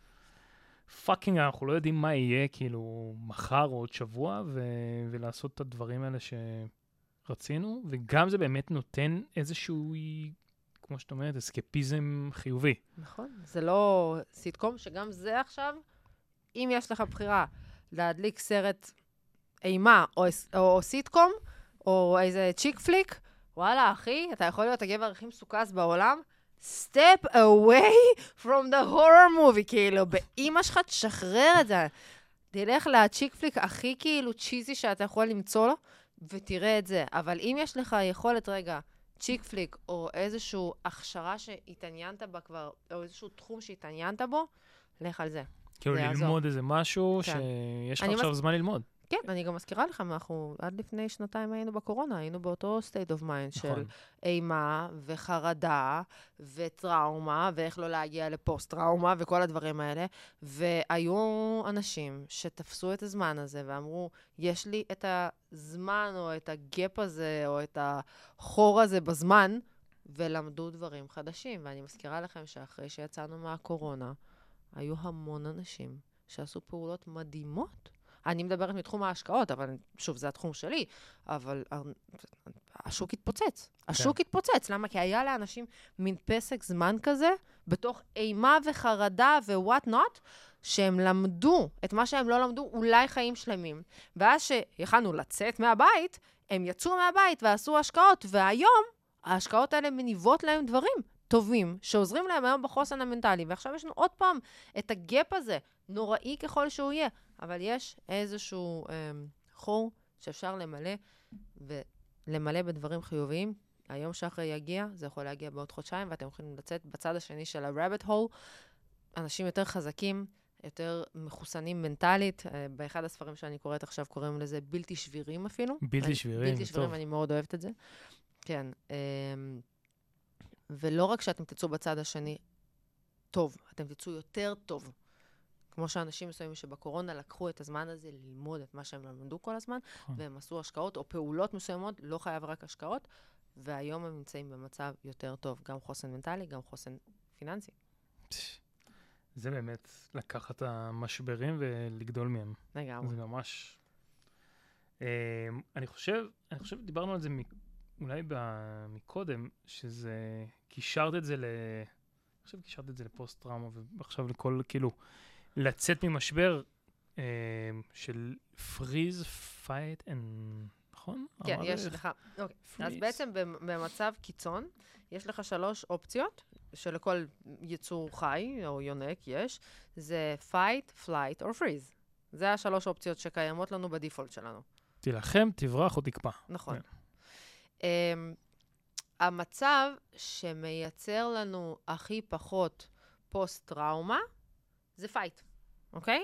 פאקינג, אנחנו לא יודעים מה יהיה, כאילו, מחר או עוד שבוע, ו- ולעשות את הדברים האלה שרצינו, וגם זה באמת נותן איזשהו, כמו שאת אומרת, אסקפיזם חיובי. נכון. זה לא סיטקום, שגם זה עכשיו, אם יש לך בחירה להדליק סרט אימה או, או סיטקום, או איזה צ'יק פליק, וואלה, אחי, אתה יכול להיות הגבר הכי מסוכס בעולם, step away from the horror movie, כאילו, באמא שלך תשחרר את זה. תלך לצ'יק פליק הכי כאילו צ'יזי שאתה יכול למצוא לו, ותראה את זה. אבל אם יש לך יכולת רגע, צ'יק פליק, או איזושהי הכשרה שהתעניינת בה כבר, או איזשהו תחום שהתעניינת בו, לך על זה. כאילו ללמוד איזה משהו כן. שיש לך עכשיו מס... זמן ללמוד. כן, אני גם מזכירה לכם, אנחנו עד לפני שנתיים היינו בקורונה, היינו באותו state of mind נכון. של אימה וחרדה וטראומה, ואיך לא להגיע לפוסט-טראומה וכל הדברים האלה, והיו אנשים שתפסו את הזמן הזה ואמרו, יש לי את הזמן או את הגאפ הזה או את החור הזה בזמן, ולמדו דברים חדשים. ואני מזכירה לכם שאחרי שיצאנו מהקורונה, היו המון אנשים שעשו פעולות מדהימות. אני מדברת מתחום ההשקעות, אבל שוב, זה התחום שלי, אבל השוק התפוצץ. השוק התפוצץ. למה? כי היה לאנשים מין פסק זמן כזה, בתוך אימה וחרדה ו-what not, שהם למדו את מה שהם לא למדו, אולי חיים שלמים. ואז שיכלנו לצאת מהבית, הם יצאו מהבית ועשו השקעות, והיום ההשקעות האלה מניבות להם דברים טובים, שעוזרים להם היום בחוסן המנטלי. ועכשיו יש לנו עוד פעם את הגאפ הזה, נוראי ככל שהוא יהיה. אבל יש איזשהו אה, חור שאפשר למלא, ולמלא בדברים חיוביים. היום שאחרי יגיע, זה יכול להגיע בעוד חודשיים, ואתם יכולים לצאת בצד השני של ה-rabbit hole. אנשים יותר חזקים, יותר מחוסנים מנטלית. אה, באחד הספרים שאני קוראת עכשיו, קוראים לזה בלתי שבירים אפילו. בלתי שבירים, בלתי שבירים, אני מאוד אוהבת את זה. כן. אה, ולא רק שאתם תצאו בצד השני טוב, אתם תצאו יותר טוב. כמו שאנשים מסוימים שבקורונה לקחו את הזמן הזה ללמוד את מה שהם למדו כל הזמן, והם עשו השקעות או פעולות מסוימות, לא חייב רק השקעות, והיום הם נמצאים במצב יותר טוב, גם חוסן מנטלי, גם חוסן פיננסי. זה באמת לקחת את המשברים ולגדול מהם. לגמרי. זה ממש... אני חושב, אני חושב, דיברנו על זה אולי מקודם, שזה, קישרת את זה ל... אני חושב קישרת את זה לפוסט-טראומה, ועכשיו לכל, כאילו... לצאת ממשבר אה, של freeze, fight and... נכון? כן, יש לך. אוקיי. אז בעצם במצב קיצון, יש לך שלוש אופציות, שלכל יצור חי או יונק יש, זה fight, flight or freeze. זה השלוש אופציות שקיימות לנו בדיפולט שלנו. תילחם, תברח או תקפא. נכון. Yeah. Um, המצב שמייצר לנו הכי פחות פוסט-טראומה, זה פייט, אוקיי?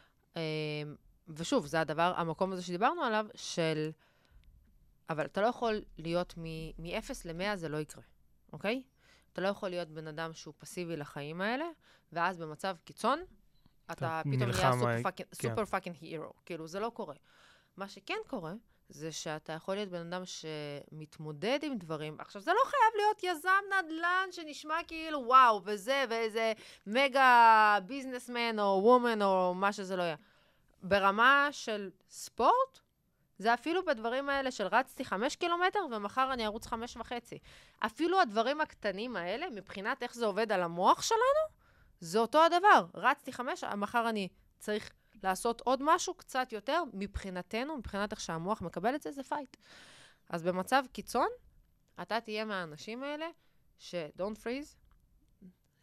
ושוב, זה הדבר, המקום הזה שדיברנו עליו, של... אבל אתה לא יכול להיות מ-אפס ל-מאה, זה לא יקרה, אוקיי? אתה לא יכול להיות בן אדם שהוא פסיבי לחיים האלה, ואז במצב קיצון, אתה פתאום נהיה סופר פאקינג הירו. כאילו, זה לא קורה. מה שכן קורה, זה שאתה יכול להיות בן אדם שמתמודד עם דברים. עכשיו, זה לא חייב להיות יזם נדל"ן שנשמע כאילו וואו, וזה, ואיזה מגה ביזנסמן או וומן או מה שזה לא יהיה. ברמה של ספורט, זה אפילו בדברים האלה של רצתי חמש קילומטר ומחר אני ארוץ חמש וחצי. אפילו הדברים הקטנים האלה, מבחינת איך זה עובד על המוח שלנו, זה אותו הדבר. רצתי חמש, מחר אני צריך... לעשות עוד משהו קצת יותר, מבחינתנו, מבחינת איך שהמוח מקבל את זה, זה פייט. אז במצב קיצון, אתה תהיה מהאנשים האלה, ש-don't freeze,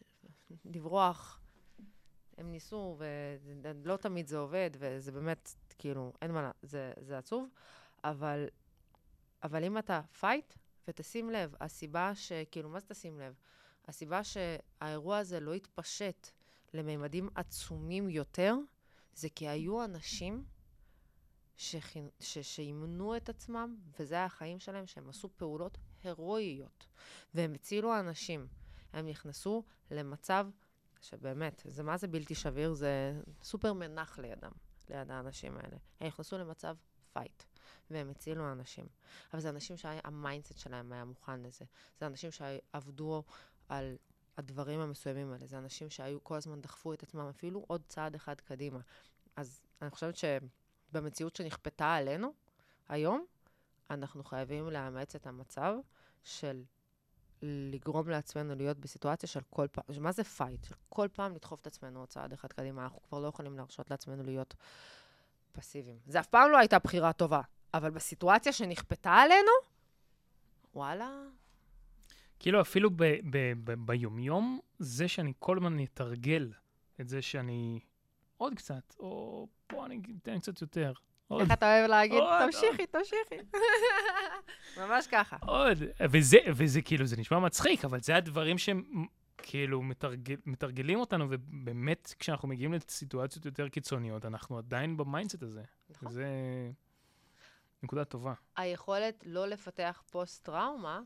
לברוח, הם ניסו, ולא תמיד זה עובד, וזה באמת כאילו, אין מה, זה, זה עצוב, אבל, אבל אם אתה פייט, ותשים לב, הסיבה ש... כאילו, מה זה תשים לב? הסיבה שהאירוע הזה לא התפשט לממדים עצומים יותר, זה כי היו אנשים שכין... ש... שימנו את עצמם, וזה היה החיים שלהם, שהם עשו פעולות הירואיות, והם הצילו אנשים. הם נכנסו למצב שבאמת, זה מה זה בלתי שביר, זה סופר מנח לידם, ליד האנשים האלה. הם נכנסו למצב פייט. והם הצילו אנשים. אבל זה אנשים שהמיינדסט שלהם היה מוכן לזה. זה אנשים שעבדו על הדברים המסוימים האלה. זה אנשים שהיו כל הזמן דחפו את עצמם, אפילו עוד צעד אחד קדימה. אז אני חושבת שבמציאות שנכפתה עלינו, היום, אנחנו חייבים לאמץ את המצב של לגרום לעצמנו להיות בסיטואציה של כל פעם, מה זה פייט? של כל פעם לדחוף את עצמנו עוד צעד אחד קדימה. אנחנו כבר לא יכולים להרשות לעצמנו להיות פסיביים. זה אף פעם לא הייתה בחירה טובה. אבל בסיטואציה שנכפתה עלינו, וואלה. כאילו אפילו ב- ב- ב- ביומיום, זה שאני כל הזמן אתרגל את זה שאני עוד קצת, או פה אני אתן קצת יותר. עוד, איך אתה אוהב להגיד? עוד, תמשיכי, תמשיכי. ממש ככה. עוד. וזה, וזה כאילו, זה נשמע מצחיק, אבל זה הדברים שהם כאילו מתרגל, מתרגלים אותנו, ובאמת כשאנחנו מגיעים לסיטואציות יותר קיצוניות, אנחנו עדיין במיינדסט הזה. נכון. זה נקודה טובה. היכולת לא לפתח פוסט-טראומה,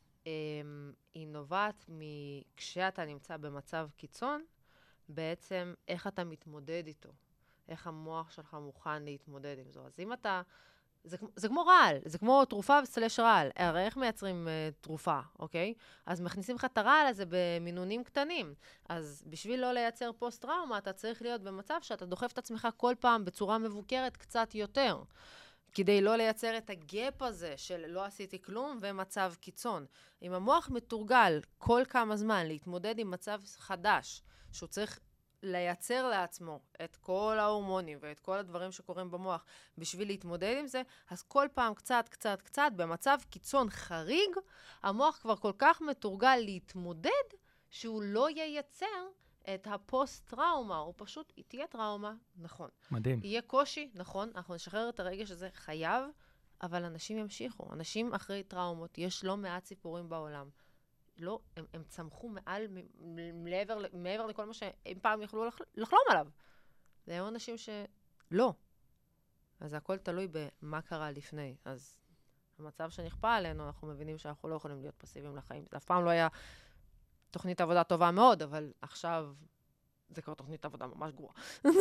היא נובעת מכשאתה נמצא במצב קיצון, בעצם איך אתה מתמודד איתו, איך המוח שלך מוכן להתמודד עם זו. אז אם אתה, זה, זה כמו רעל, זה כמו תרופה סלש רעל. הרי איך מייצרים uh, תרופה, אוקיי? אז מכניסים לך את הרעל הזה במינונים קטנים. אז בשביל לא לייצר פוסט-טראומה, אתה צריך להיות במצב שאתה דוחף את עצמך כל פעם בצורה מבוקרת קצת יותר. כדי לא לייצר את הגאפ הזה של לא עשיתי כלום ומצב קיצון. אם המוח מתורגל כל כמה זמן להתמודד עם מצב חדש, שהוא צריך לייצר לעצמו את כל ההורמונים ואת כל הדברים שקורים במוח בשביל להתמודד עם זה, אז כל פעם קצת, קצת, קצת, במצב קיצון חריג, המוח כבר כל כך מתורגל להתמודד שהוא לא ייצר את הפוסט-טראומה, הוא פשוט תהיה טראומה, נכון. מדהים. יהיה קושי, נכון, אנחנו נשחרר את הרגש הזה, חייב, אבל אנשים ימשיכו. אנשים אחרי טראומות, יש לא מעט סיפורים בעולם. לא, הם, הם צמחו מעל, מעבר, מעבר לכל מה שהם פעם יכלו לח, לחלום עליו. זה היו אנשים שלא. אז הכל תלוי במה קרה לפני. אז המצב שנכפה עלינו, אנחנו מבינים שאנחנו לא יכולים להיות פסיביים לחיים. זה אף פעם לא היה תוכנית עבודה טובה מאוד, אבל עכשיו זה כבר תוכנית עבודה ממש גרועה.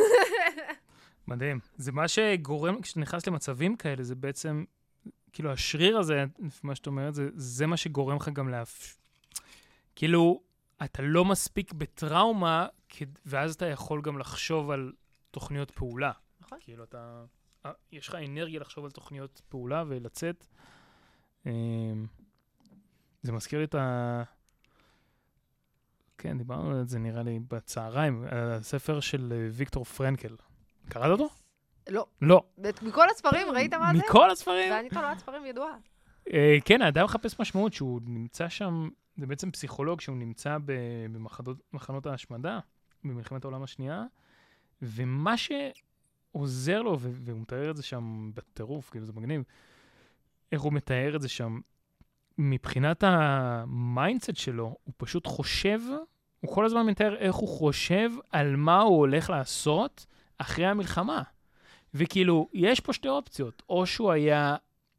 מדהים. זה מה שגורם, כשאתה נכנס למצבים כאלה, זה בעצם, כאילו, השריר הזה, מה שאת אומרת, זה, זה מה שגורם לך גם להפ... כאילו, אתה לא מספיק בטראומה, ואז אתה יכול גם לחשוב על תוכניות פעולה. נכון. כאילו, אתה... יש לך אנרגיה לחשוב על תוכניות פעולה ולצאת. זה מזכיר לי את ה... כן, דיברנו על זה, נראה לי, בצהריים, הספר של ויקטור פרנקל. קראת אותו? לא. לא. מכל הספרים, ראית מה זה? מכל הספרים? ואני תולעת ספרים ידועה. כן, האדם מחפש משמעות שהוא נמצא שם, זה בעצם פסיכולוג שהוא נמצא במחנות ההשמדה, במלחמת העולם השנייה, ומה שעוזר לו, והוא מתאר את זה שם בטירוף, כאילו זה מגניב, איך הוא מתאר את זה שם, מבחינת המיינדסט שלו, הוא פשוט חושב, הוא כל הזמן מתאר איך הוא חושב על מה הוא הולך לעשות אחרי המלחמה. וכאילו, יש פה שתי אופציות. או שהוא היה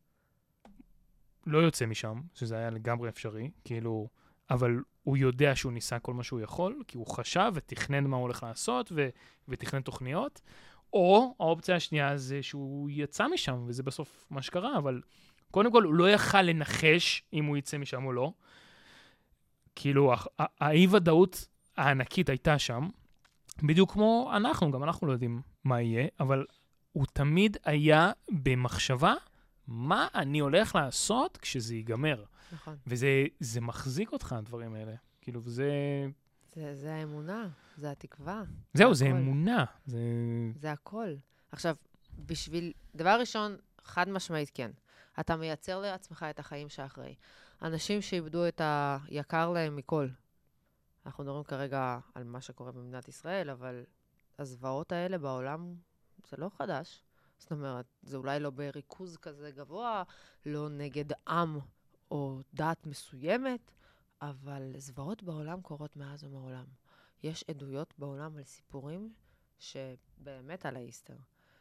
לא יוצא משם, שזה היה לגמרי אפשרי, כאילו, אבל הוא יודע שהוא ניסה כל מה שהוא יכול, כי הוא חשב ותכנן מה הוא הולך לעשות ו- ותכנן תוכניות, או האופציה השנייה זה שהוא יצא משם, וזה בסוף מה שקרה, אבל קודם כל הוא לא יכל לנחש אם הוא יצא משם או לא. כאילו, האי-ודאות הענקית הייתה שם, בדיוק כמו אנחנו, גם אנחנו לא יודעים מה יהיה, אבל הוא תמיד היה במחשבה, מה אני הולך לעשות כשזה ייגמר. נכון. וזה זה מחזיק אותך, הדברים האלה. כאילו, זה... זה, זה האמונה, זה התקווה. זהו, זה, זה הכל. אמונה. זה... זה הכל. עכשיו, בשביל... דבר ראשון, חד משמעית כן. אתה מייצר לעצמך את החיים שאחרי. אנשים שאיבדו את היקר להם מכל. אנחנו מדברים כרגע על מה שקורה במדינת ישראל, אבל הזוועות האלה בעולם זה לא חדש. זאת אומרת, זה אולי לא בריכוז כזה גבוה, לא נגד עם או דת מסוימת, אבל זוועות בעולם קורות מאז ומעולם. יש עדויות בעולם על סיפורים שבאמת על האיסטר.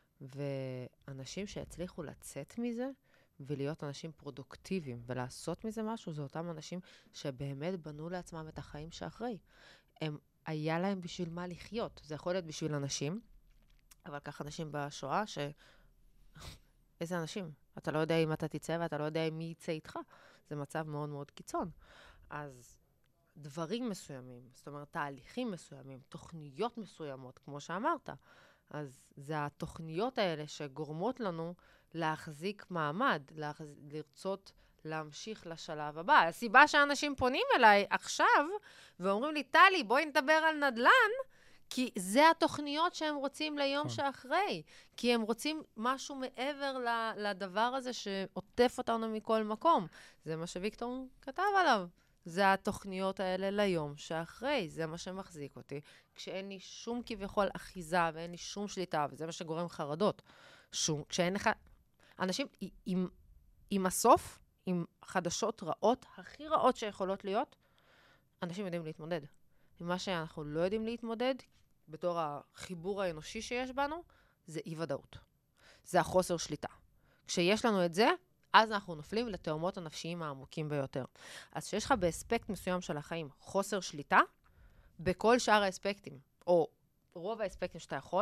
ואנשים שהצליחו לצאת מזה ולהיות אנשים פרודוקטיביים ולעשות מזה משהו, זה אותם אנשים שבאמת בנו לעצמם את החיים שאחרי. הם, היה להם בשביל מה לחיות. זה יכול להיות בשביל אנשים, אבל כך אנשים בשואה ש... איזה אנשים? אתה לא יודע אם אתה תצא ואתה לא יודע מי יצא איתך. זה מצב מאוד מאוד קיצון. אז דברים מסוימים, זאת אומרת, תהליכים מסוימים, תוכניות מסוימות, כמו שאמרת. אז זה התוכניות האלה שגורמות לנו להחזיק מעמד, להחז... לרצות להמשיך לשלב הבא. הסיבה שאנשים פונים אליי עכשיו ואומרים לי, טלי, בואי נדבר על נדל"ן, כי זה התוכניות שהם רוצים ליום שאחרי. כי הם רוצים משהו מעבר לדבר הזה שעוטף אותנו מכל מקום. זה מה שוויקטור כתב עליו. זה התוכניות האלה ליום שאחרי. זה מה שמחזיק אותי. כשאין לי שום כביכול אחיזה ואין לי שום שליטה, וזה מה שגורם חרדות. שום, כשאין לך... אנשים עם, עם הסוף, עם חדשות רעות, הכי רעות שיכולות להיות, אנשים יודעים להתמודד. עם מה שאנחנו לא יודעים להתמודד, בתור החיבור האנושי שיש בנו, זה אי-ודאות. זה החוסר שליטה. כשיש לנו את זה, אז אנחנו נופלים לתאומות הנפשיים העמוקים ביותר. אז שיש לך באספקט מסוים של החיים חוסר שליטה, בכל שאר האספקטים, או רוב האספקטים שאתה יכול,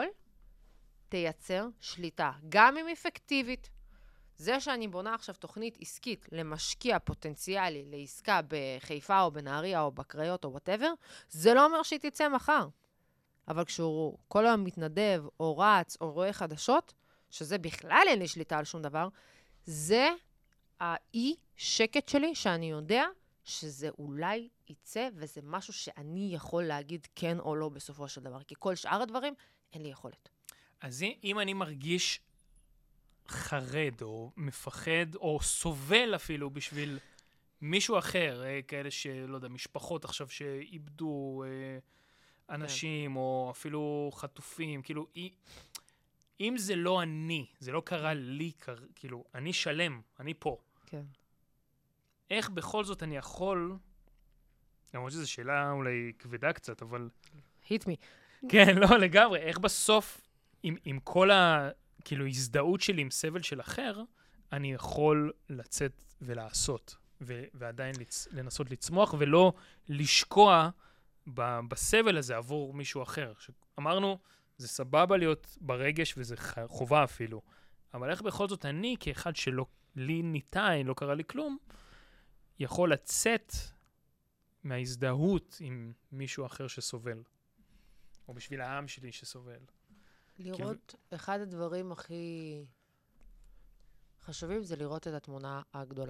תייצר שליטה. גם אם אפקטיבית. זה שאני בונה עכשיו תוכנית עסקית למשקיע פוטנציאלי לעסקה בחיפה או בנהריה או בקריות או whatever, זה לא אומר שהיא תצא מחר. אבל כשהוא כל היום מתנדב או רץ או רואה חדשות, שזה בכלל אין לי שליטה על שום דבר, זה האי שקט שלי שאני יודע שזה אולי יצא וזה משהו שאני יכול להגיד כן או לא בסופו של דבר. כי כל שאר הדברים אין לי יכולת. אז אם אני מרגיש חרד או מפחד או סובל אפילו בשביל מישהו אחר, כאלה שלא יודע, משפחות עכשיו שאיבדו אנשים כן. או אפילו חטופים, כאילו, אם זה לא אני, זה לא קרה לי, כאילו, אני שלם, אני פה. כן. איך בכל זאת אני יכול, למרות שזו שאלה אולי כבדה קצת, אבל... hit me. כן, לא, לגמרי. איך בסוף, עם, עם כל ה... כאילו, הזדהות שלי עם סבל של אחר, אני יכול לצאת ולעשות, ו- ועדיין לצ- לנסות לצמוח, ולא לשקוע ב- בסבל הזה עבור מישהו אחר. אמרנו, זה סבבה להיות ברגש, וזה ח- חובה אפילו. אבל איך בכל זאת אני, כאחד שלא לי ניתאי, לא קרה לי כלום, יכול לצאת מההזדהות עם מישהו אחר שסובל. או בשביל העם שלי שסובל. לראות, אחד הדברים הכי חשובים זה לראות את התמונה הגדולה.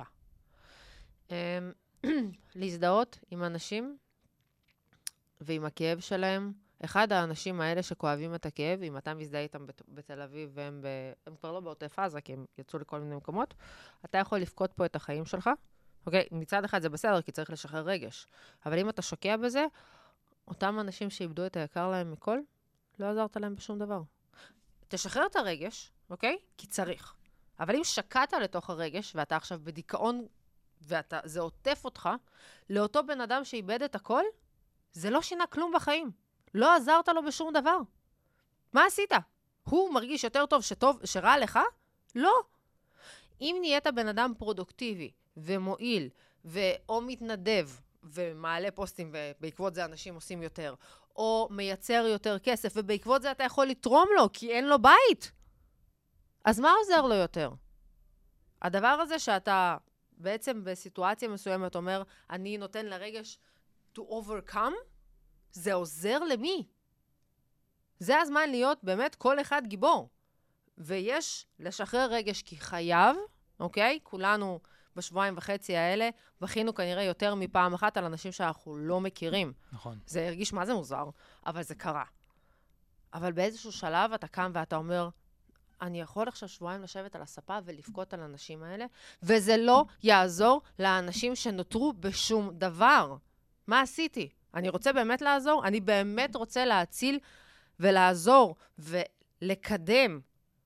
להזדהות עם אנשים ועם הכאב שלהם. אחד האנשים האלה שכואבים את הכאב, אם אתה מזדהה איתם בתל אביב והם ב... הם כבר לא בעוטף עזה, כי הם יצאו לכל מיני מקומות, אתה יכול לפקוד פה את החיים שלך. אוקיי, מצד אחד זה בסדר, כי צריך לשחרר רגש. אבל אם אתה שוקע בזה, אותם אנשים שאיבדו את היקר להם מכל, לא עזרת להם בשום דבר. תשחרר את הרגש, אוקיי? כי צריך. אבל אם שקעת לתוך הרגש, ואתה עכשיו בדיכאון, וזה עוטף אותך, לאותו בן אדם שאיבד את הכל, זה לא שינה כלום בחיים. לא עזרת לו בשום דבר. מה עשית? הוא מרגיש יותר טוב שטוב, שרע לך? לא. אם נהיית בן אדם פרודוקטיבי ומועיל, או מתנדב, ומעלה פוסטים, ובעקבות זה אנשים עושים יותר, או מייצר יותר כסף, ובעקבות זה אתה יכול לתרום לו, כי אין לו בית. אז מה עוזר לו יותר? הדבר הזה שאתה בעצם בסיטואציה מסוימת אומר, אני נותן לרגש to overcome, זה עוזר למי? זה הזמן להיות באמת כל אחד גיבור. ויש לשחרר רגש כי חייב, אוקיי? כולנו בשבועיים וחצי האלה, בכינו כנראה יותר מפעם אחת על אנשים שאנחנו לא מכירים. נכון. זה הרגיש מה זה מוזר, אבל זה קרה. אבל באיזשהו שלב אתה קם ואתה אומר, אני יכול עכשיו שבועיים לשבת על הספה ולפקוט על האנשים האלה, וזה לא יעזור לאנשים שנותרו בשום דבר. מה עשיתי? אני רוצה באמת לעזור? אני באמת רוצה להציל ולעזור ולקדם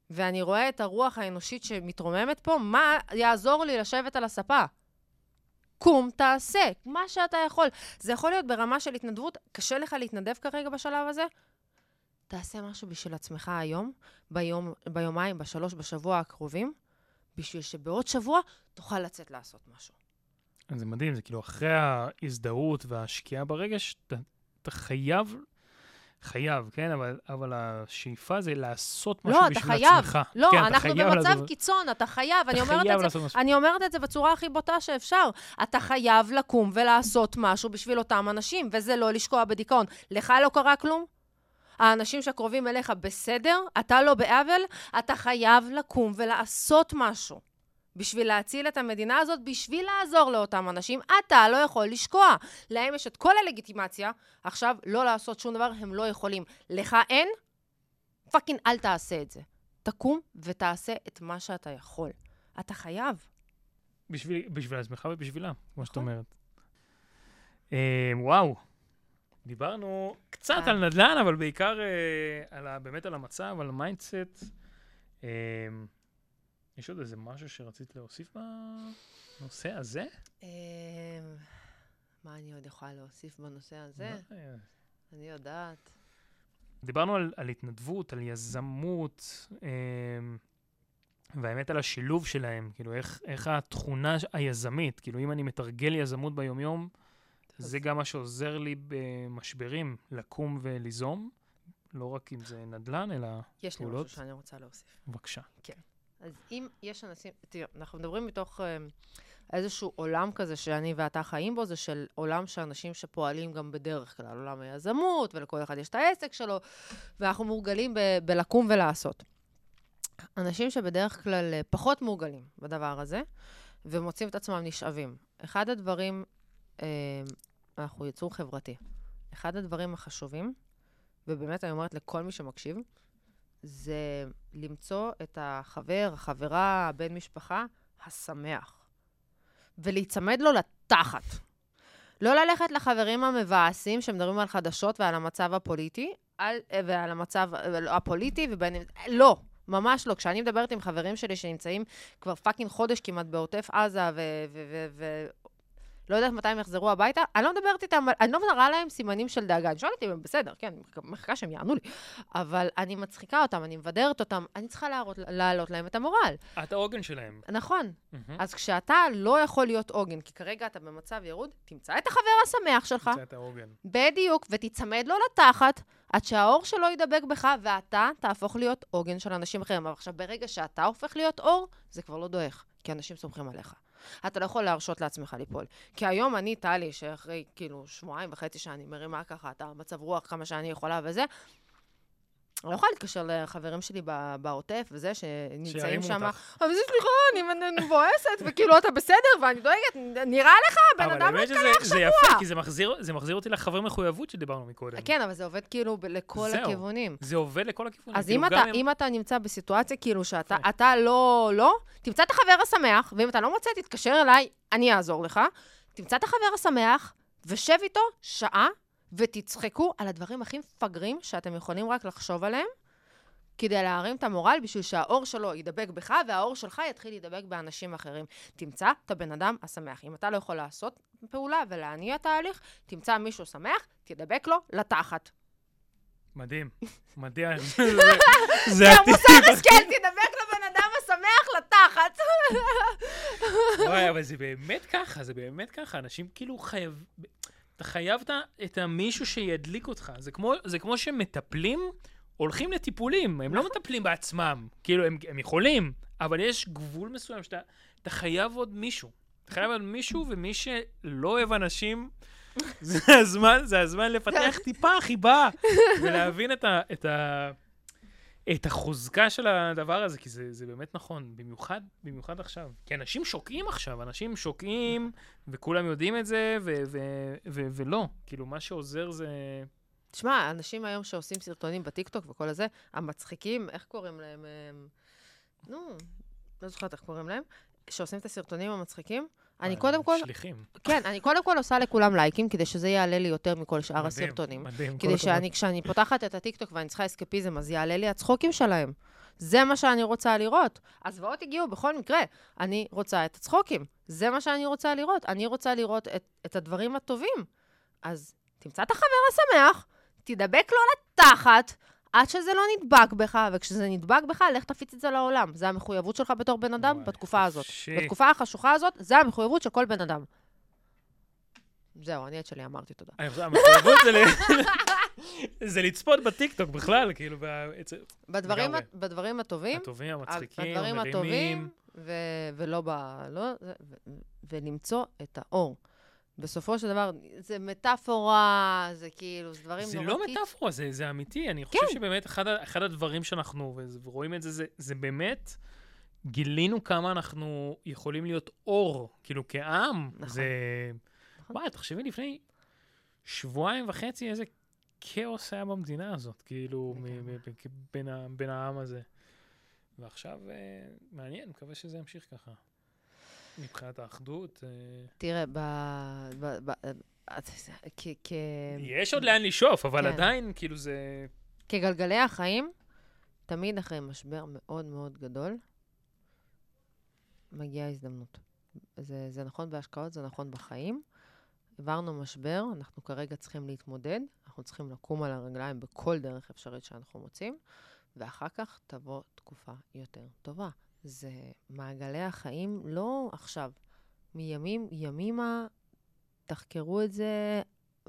ואני רואה את הרוח האנושית שמתרוממת פה, מה יעזור לי לשבת על הספה? קום, תעשה, מה שאתה יכול. זה יכול להיות ברמה של התנדבות, קשה לך להתנדב כרגע בשלב הזה? תעשה משהו בשביל עצמך היום, ביום, ביומיים, בשלוש, בשבוע הקרובים, בשביל שבעוד שבוע תוכל לצאת לעשות משהו. זה מדהים, זה כאילו אחרי ההזדהות והשקיעה ברגש, אתה, אתה חייב, חייב, כן? אבל, אבל השאיפה זה לעשות משהו לא, בשביל חייב. עצמך. לא, כן, אנחנו במצב לעשות... קיצון, אתה חייב. אתה אני אומרת חייב את לעשות זה, משהו. אני אומרת את זה בצורה הכי בוטה שאפשר. אתה חייב לקום ולעשות משהו בשביל אותם אנשים, וזה לא לשקוע בדיכאון. לך לא קרה כלום? האנשים שקרובים אליך בסדר, אתה לא בעוול, אתה חייב לקום ולעשות משהו. בשביל להציל את המדינה הזאת, בשביל לעזור לאותם אנשים, אתה לא יכול לשקוע. להם יש את כל הלגיטימציה, עכשיו לא לעשות שום דבר, הם לא יכולים. לך אין? פאקינג אל תעשה את זה. תקום ותעשה את מה שאתה יכול. אתה חייב. בשביל, בשביל עצמך ובשבילה, כמו שאת אומרת. אה, וואו. דיברנו קצת על נדל"ן, אבל בעיקר אה, על ה, באמת על המצב, על המיינדסט. אה, יש עוד איזה משהו שרצית להוסיף בנושא הזה? אה, מה אני עוד יכולה להוסיף בנושא הזה? אני יודעת. דיברנו על, על התנדבות, על יזמות, אה, והאמת על השילוב שלהם, כאילו איך, איך התכונה היזמית, כאילו אם אני מתרגל יזמות ביומיום, זה גם מה שעוזר לי במשברים, לקום וליזום, לא רק אם זה נדל"ן, אלא פעולות. יש לי משהו שאני רוצה להוסיף. בבקשה. כן. אז אם יש אנשים, תראה, אנחנו מדברים מתוך אה, איזשהו עולם כזה שאני ואתה חיים בו, זה של עולם שאנשים שפועלים גם בדרך כלל, עולם היזמות, ולכל אחד יש את העסק שלו, ואנחנו מורגלים ב- בלקום ולעשות. אנשים שבדרך כלל אה, פחות מורגלים בדבר הזה, ומוצאים את עצמם נשאבים. אחד הדברים, אה, אנחנו יצור חברתי, אחד הדברים החשובים, ובאמת אני אומרת לכל מי שמקשיב, זה למצוא את החבר, החברה, הבן משפחה, השמח. ולהיצמד לו לתחת. לא ללכת לחברים המבאסים שמדברים על חדשות ועל המצב הפוליטי, על, ועל המצב הפוליטי, ובין... לא, ממש לא. כשאני מדברת עם חברים שלי שנמצאים כבר פאקינג חודש כמעט בעוטף עזה, ו... ו, ו, ו לא יודעת מתי הם יחזרו הביתה, אני לא מדברת איתם, אני לא מראה להם סימנים של דאגה. אני שואלת אם הם בסדר, כן, מחכה שהם יענו לי. אבל אני מצחיקה אותם, אני מבדרת אותם, אני צריכה להראות, להעלות להם את המורל. את העוגן שלהם. נכון. אז כשאתה לא יכול להיות עוגן, כי כרגע אתה במצב ירוד, תמצא את החבר השמח שלך. תמצא את העוגן. בדיוק, ותצמד לו לתחת, עד שהאור שלו ידבק בך, ואתה תהפוך להיות עוגן של אנשים אחרים. אבל עכשיו, ברגע שאתה הופך להיות אור, זה כבר לא דועך, כי אנשים סומכים עליך. אתה לא יכול להרשות לעצמך ליפול. כי היום אני, טלי, שאחרי כאילו שבועיים וחצי שאני מרימה ככה, אתה מצב רוח כמה שאני יכולה וזה, אני לא יכולה להתקשר לחברים שלי בעוטף וזה, שנמצאים שם. אבל זה סליחה, אני מבואסת, וכאילו אתה בסדר, ואני דואגת, נראה לך, בן אדם לא תקלח שבוע. זה יפה, כי זה מחזיר אותי לחבר מחויבות שדיברנו מקודם. כן, אבל זה עובד כאילו לכל הכיוונים. זה עובד לכל הכיוונים. אז אם אתה נמצא בסיטואציה כאילו שאתה לא, לא, תמצא את החבר השמח, ואם אתה לא מוצא, תתקשר אליי, אני אעזור לך. תמצא את החבר השמח, ושב איתו שעה, ותצחקו על הדברים הכי מפגרים שאתם יכולים רק לחשוב עליהם, כדי להרים את המורל בשביל שהאור שלו ידבק בך, והאור שלך יתחיל להידבק באנשים אחרים. תמצא את הבן אדם השמח. אם אתה לא יכול לעשות פעולה ולהניע תהליך, תמצא מישהו שמח, תדבק לו לתחת. מדהים. מדהים. זה המוסר השכל, תדבק לבן אדם השמח לתחת. וואי, אבל זה באמת ככה, זה באמת ככה. אנשים כאילו חייב... אתה חייב את המישהו שידליק אותך. זה כמו, זה כמו שמטפלים, הולכים לטיפולים. הם לא מטפלים בעצמם. כאילו, הם, הם יכולים, אבל יש גבול מסוים שאתה אתה חייב עוד מישהו. אתה חייב עוד מישהו, ומי שלא אוהב אנשים, זה הזמן, זה הזמן לפתח טיפה חיבה, ולהבין את ה, את ה, את החוזקה של הדבר הזה, כי זה, זה באמת נכון, במיוחד, במיוחד עכשיו. כי אנשים שוקעים עכשיו, אנשים שוקעים, וכולם יודעים את זה, ו- ו- ו- ולא. כאילו, מה שעוזר זה... תשמע, אנשים היום שעושים סרטונים בטיקטוק וכל הזה, המצחיקים, איך קוראים להם? נו, לא זוכרת איך קוראים להם, שעושים את הסרטונים המצחיקים, אני קודם כל... שליחים. כן, אני קודם כל עושה לכולם לייקים, כדי שזה יעלה לי יותר מכל שאר הסרטונים. מדהים, כדי שאני, כשאני פותחת את הטיקטוק ואני צריכה אסקפיזם, אז יעלה לי הצחוקים שלהם. זה מה שאני רוצה לראות. הזוועות הגיעו בכל מקרה. אני רוצה את הצחוקים. זה מה שאני רוצה לראות. אני רוצה לראות את, את הדברים הטובים. אז תמצא את החבר השמח, תדבק לו לתחת, עד שזה לא נדבק בך, וכשזה נדבק בך, לך תפיץ את זה לעולם. זה המחויבות שלך בתור בן אדם וואי, בתקופה הזאת. ש... בתקופה החשוכה הזאת, זה המחויבות של כל בן אדם. זהו, אני את שלי אמרתי תודה. המחויבות זה לצפות בטיקטוק בכלל, כאילו, בדברים הטובים, הטובים, המצחיקים, בדברים הטובים, ולא ב... ולמצוא את האור. בסופו של דבר, זה מטאפורה, זה כאילו, זה דברים נורא... זה לא מטאפורה, זה, זה אמיתי. אני חושב כן. שבאמת, אחד, אחד הדברים שאנחנו, ורואים את זה, זה, זה באמת, גילינו כמה אנחנו יכולים להיות אור, כאילו, כעם. נכון. זה... נכון. וואי, תחשבי לפני שבועיים וחצי, איזה כאוס היה במדינה הזאת, כאילו, מ- ב- ב- בין, ה- בין העם הזה. ועכשיו, מעניין, מקווה שזה ימשיך ככה. מבחינת האחדות. תראה, ב... ב... ב... כ... כ... יש עוד לאן לשאוף, אבל כן. עדיין, כאילו זה... כגלגלי החיים, תמיד אחרי משבר מאוד מאוד גדול, מגיעה הזדמנות. זה, זה נכון בהשקעות, זה נכון בחיים. עברנו משבר, אנחנו כרגע צריכים להתמודד, אנחנו צריכים לקום על הרגליים בכל דרך אפשרית שאנחנו מוצאים, ואחר כך תבוא תקופה יותר טובה. זה מעגלי החיים, לא עכשיו. מימים, ימימה, תחקרו את זה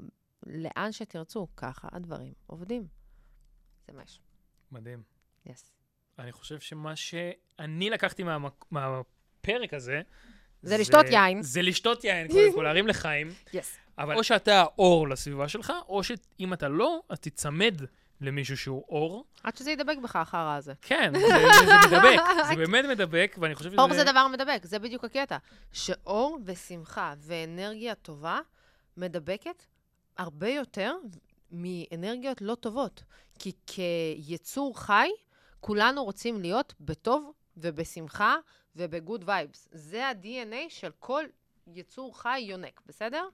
לאן שתרצו. ככה הדברים עובדים. זה משהו. מדהים. Yes. אני חושב שמה שאני לקחתי מה, מהפרק הזה, זה, זה לשתות יין. זה לשתות יין, קודם כל, להרים לחיים. Yes. אבל או שאתה האור לסביבה שלך, או שאם אתה לא, אז תצמד למישהו שהוא אור. עד שזה ידבק בך אחר הזה. כן, זה, זה, זה מדבק. זה באמת מדבק, ואני חושב שזה... אור זה דבר מדבק, זה בדיוק הקטע. שאור ושמחה ואנרגיה טובה מדבקת הרבה יותר מאנרגיות לא טובות. כי כיצור חי, כולנו רוצים להיות בטוב ובשמחה ובגוד וייבס. זה ה-די אן איי של כל יצור חי יונק, בסדר?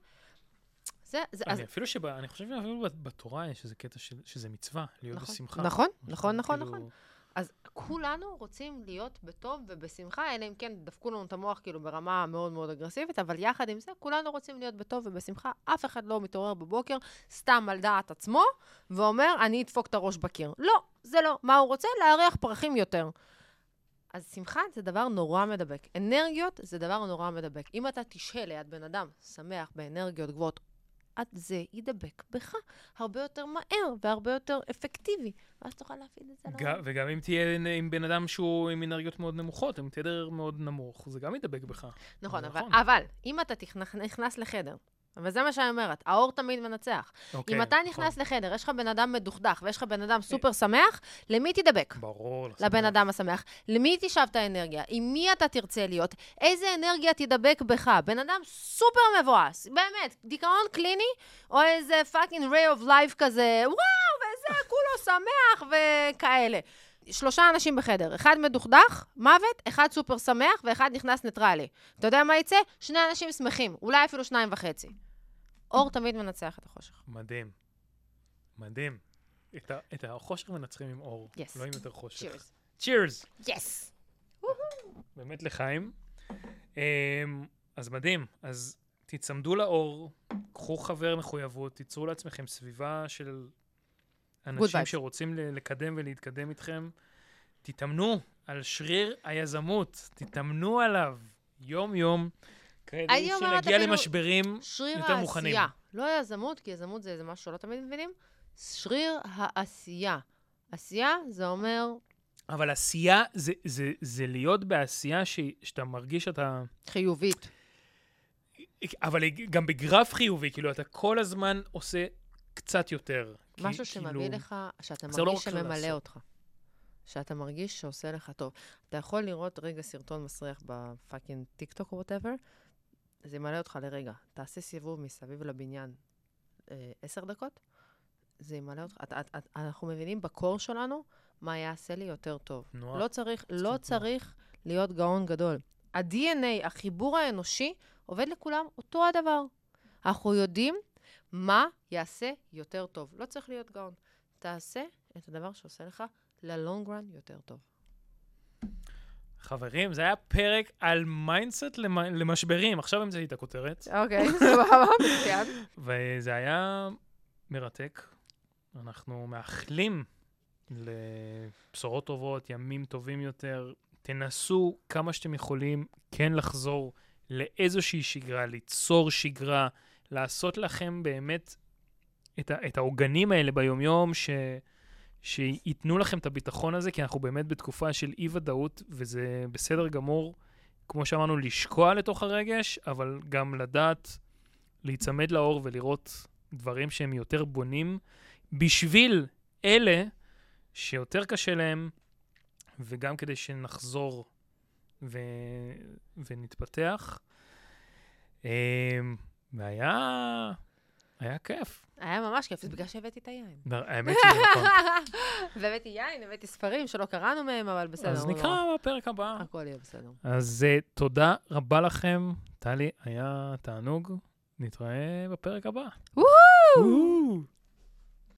זה, זה, אני אז... אפילו שבא, אני חושב שאפילו בתורה יש איזה קטע של, שזה מצווה, להיות נכון, בשמחה. נכון, נכון, נכון, כאילו... נכון. אז כולנו רוצים להיות בטוב ובשמחה, אלא אם כן דפקו לנו את המוח כאילו ברמה מאוד מאוד אגרסיבית, אבל יחד עם זה, כולנו רוצים להיות בטוב ובשמחה. אף אחד לא מתעורר בבוקר, סתם על דעת עצמו, ואומר, אני אדפוק את הראש בקיר. לא, זה לא. מה הוא רוצה? להריח פרחים יותר. אז שמחה זה דבר נורא מדבק. אנרגיות זה דבר נורא מדבק. אם אתה תשהה ליד בן אדם שמח באנרגיות גבוהות, עד זה ידבק בך הרבה יותר מהר והרבה יותר אפקטיבי. ואז תוכל להפיד את זה לעולם. וגם אם תהיה עם בן אדם שהוא עם אנרגיות מאוד נמוכות, עם תדר מאוד נמוך, זה גם ידבק בך. נכון, אבל אם אתה נכנס לחדר, וזה מה שאני אומרת, האור תמיד מנצח. Okay, אם אתה נכנס נכון. לחדר, יש לך בן אדם מדוכדך, ויש לך בן אדם סופר שמח, למי תדבק? ברור. לבן אדם השמח. למי תשאב את האנרגיה? עם מי אתה תרצה להיות? איזה אנרגיה תדבק בך? בן אדם סופר מבואס, באמת, דיכאון קליני, או איזה fucking ray of life כזה, וואו, וזה כולו שמח וכאלה. שלושה אנשים בחדר, אחד מדוכדך, מוות, אחד סופר שמח, ואחד נכנס ניטרלי. אתה יודע מה יצא? שני אנשים שמחים, אולי אפילו שניים וחצי. אור תמיד מנצח את החושך. מדהים. מדהים. את, ה- את החושך מנצחים עם אור. Yes. לא עם יותר חושך. Cheers. Cheers. Yes. באמת לחיים. Um, אז מדהים. אז תצמדו לאור, קחו חבר מחויבות, תיצרו לעצמכם סביבה של אנשים שרוצים ל- לקדם ולהתקדם איתכם. תתאמנו על שריר היזמות. תתאמנו עליו יום-יום. כדי שנגיע למשברים יותר מוכנים. העשייה. לא יזמות, כי יזמות זה איזה משהו שלא תמיד מבינים. שריר העשייה. עשייה זה אומר... אבל עשייה זה, זה, זה להיות בעשייה ש, שאתה מרגיש שאתה... חיובית. אבל גם בגרף חיובי, כאילו אתה כל הזמן עושה קצת יותר. משהו כי, שמביא כאילו... לך, שאתה מרגיש לא שממלא אותך. שאתה מרגיש שעושה לך טוב. אתה יכול לראות רגע סרטון מסריח בפאקינג טיקטוק או whatever, זה ימלא אותך לרגע. תעשה סיבוב מסביב לבניין אה, עשר דקות, זה ימלא אותך. את, את, את, אנחנו מבינים בקור שלנו מה יעשה לי יותר טוב. נוע. לא צריך, לא צריך להיות גאון גדול. ה-די אן איי, החיבור האנושי, עובד לכולם אותו הדבר. אנחנו יודעים מה יעשה יותר טוב. לא צריך להיות גאון. תעשה את הדבר שעושה לך ל-long run יותר טוב. חברים, זה היה פרק על מיינדסט למשברים. עכשיו המצאתי את הכותרת. אוקיי, סבבה, מצוין. וזה היה מרתק. אנחנו מאחלים לבשורות טובות, ימים טובים יותר. תנסו כמה שאתם יכולים כן לחזור לאיזושהי שגרה, ליצור שגרה, לעשות לכם באמת את, ה- את העוגנים האלה ביומיום ש... שיתנו לכם את הביטחון הזה, כי אנחנו באמת בתקופה של אי-ודאות, וזה בסדר גמור, כמו שאמרנו, לשקוע לתוך הרגש, אבל גם לדעת להיצמד לאור ולראות דברים שהם יותר בונים, בשביל אלה שיותר קשה להם, וגם כדי שנחזור ו... ונתפתח. והיה... היה כיף. היה ממש כיף, זה בגלל שהבאתי את היין. האמת שזה נכון. והבאתי יין, הבאתי ספרים שלא קראנו מהם, אבל בסדר. אז נקרא בפרק הבא. הכל יהיה בסדר. אז תודה רבה לכם. טלי, היה תענוג. נתראה בפרק הבא. וואו!